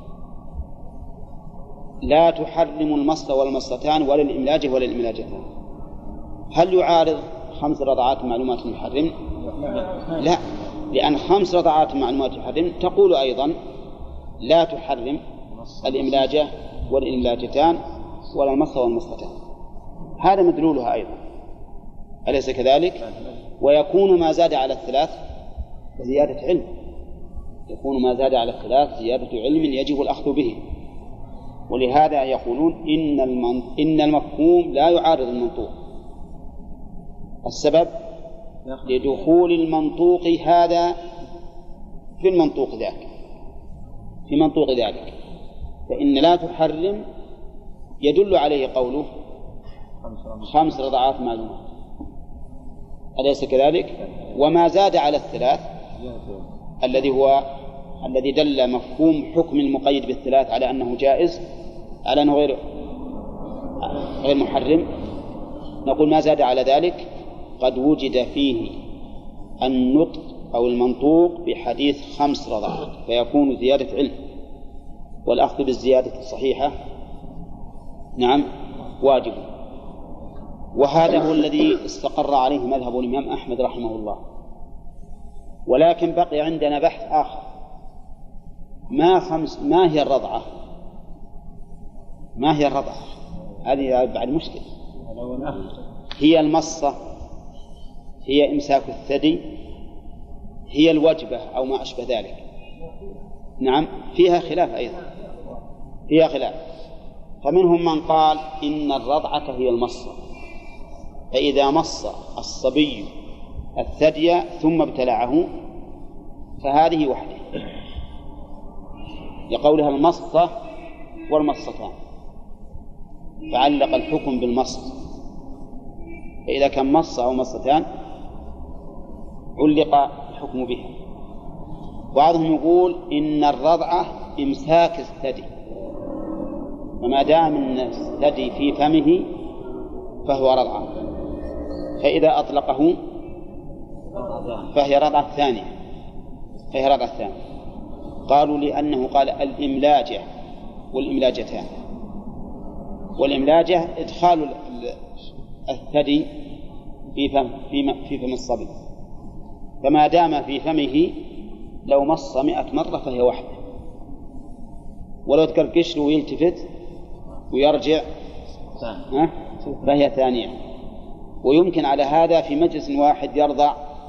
لا تحرم المص والمصتان ولا الإملاج ولا الإملاجتان. هل يعارض خمس رضعات معلومات يحرم؟ لا، لأن خمس رضعات معلومات يحرم تقول أيضا لا تحرم الإملاجة والإملاجتان ولا المص والمصتان، هذا مدلولها أيضا، أليس كذلك؟ ويكون ما زاد على الثلاث زيادة علم، يكون ما زاد على الثلاث زيادة علم يجب الأخذ به. ولهذا يقولون إن, المن... إن المفهوم لا يعارض المنطوق. السبب لدخول المنطوق هذا في المنطوق ذاك، في منطوق ذلك، فإن لا تحرم يدل عليه قوله خمس رضعات معلومات، أليس كذلك؟ وما زاد على الثلاث الذي هو الذي دل مفهوم حكم المقيد بالثلاث على أنه جائز، على أنه غير غير محرم، نقول ما زاد على ذلك قد وجد فيه النطق أو المنطوق بحديث خمس رضعات، فيكون زيادة علم، والأخذ بالزيادة الصحيحة نعم واجب. وهذا هو الذي استقر عليه مذهب الإمام أحمد رحمه الله. ولكن بقي عندنا بحث آخر، ما خمس ما هي الرضعة؟ ما هي الرضعة؟ هذه بعد مشكلة. هي المصة؟ هي إمساك الثدي؟ هي الوجبة أو ما أشبه ذلك؟ نعم فيها خلاف أيضا، فيها خلاف. فمنهم من قال إن الرضعة هي المصة، فإذا مص الصبي الثدي ثم ابتلعه فهذه وحده، لقولها المصة والمصتان، فعلق الحكم بالمص، فإذا كان مص أو مصتان علق الحكم بها. بعضهم يقول إن الرضعة إمساك الثدي، وما دام الثدي في فمه فهو رضعة، فإذا أطلقه فهي رضعة ثانية، فهي رضعة ثانية. قالوا لأنه قال الإملاجة والإملاجتان، والإملاجة إدخال الثدي في فم في فم الصبي، فما دام في فمه لو مص مئة مرة فهي واحدة. ولو تكركش له ويلتفت ويرجع ها؟ فهي ثانية. ويمكن على هذا في مجلس واحد يرضع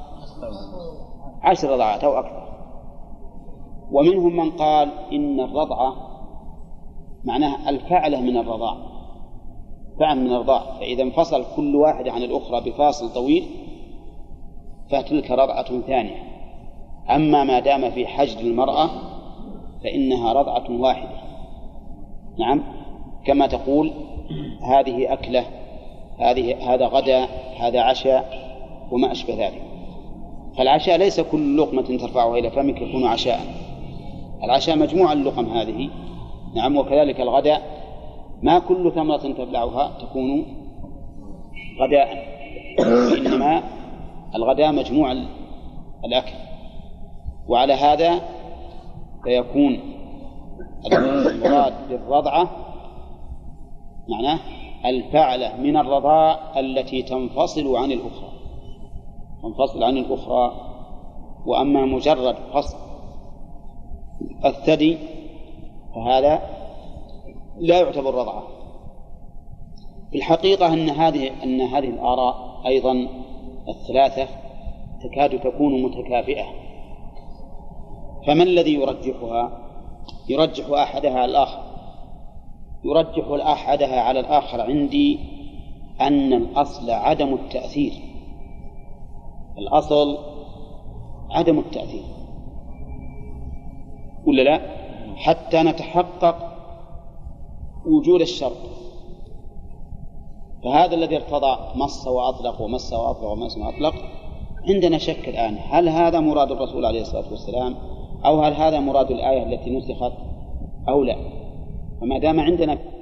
عشر رضعات أو أكثر. ومنهم من قال إن الرضعة معناها الفعلة من الرضاع، فعل من الرضاع، فإذا انفصل كل واحد عن الأخرى بفاصل طويل فتلك رضعة ثانية. أما ما دام في حجر المرأة فإنها رضعة واحدة. نعم، كما تقول هذه أكلة، هذه هذا غداء، هذا عشاء وما أشبه ذلك. فالعشاء ليس كل لقمة ترفعها إلى فمك يكون عشاء، العشاء مجموع اللقم هذه. نعم، وكذلك الغداء ما كل ثمرة تبلعها تكون غداء، إنما الغداء مجموع الأكل. وعلى هذا فيكون المراد بالرضعة معناه الفعلة من الرضاء التي تنفصل عن الأخرى، تنفصل عن الأخرى. وأما مجرد فصل الثدي فهذا لا يعتبر رضعة. في الحقيقة أن هذه أن هذه الآراء أيضا الثلاثة تكاد تكون متكافئة، فما الذي يرجحها؟ يرجح أحدها على الآخر، يرجح أحدها على الآخر عندي أن الأصل عدم التأثير، الأصل عدم التأثير ولا لا؟ حتى نتحقق وجود الشرط. فهذا الذي ارتضى مص وأطلق ومس وأطلق ومس وأطلق، عندنا شك الآن هل هذا مراد الرسول عليه الصلاة والسلام أو هل هذا مراد الآية التي نسخت أو لا. فما دام عندنا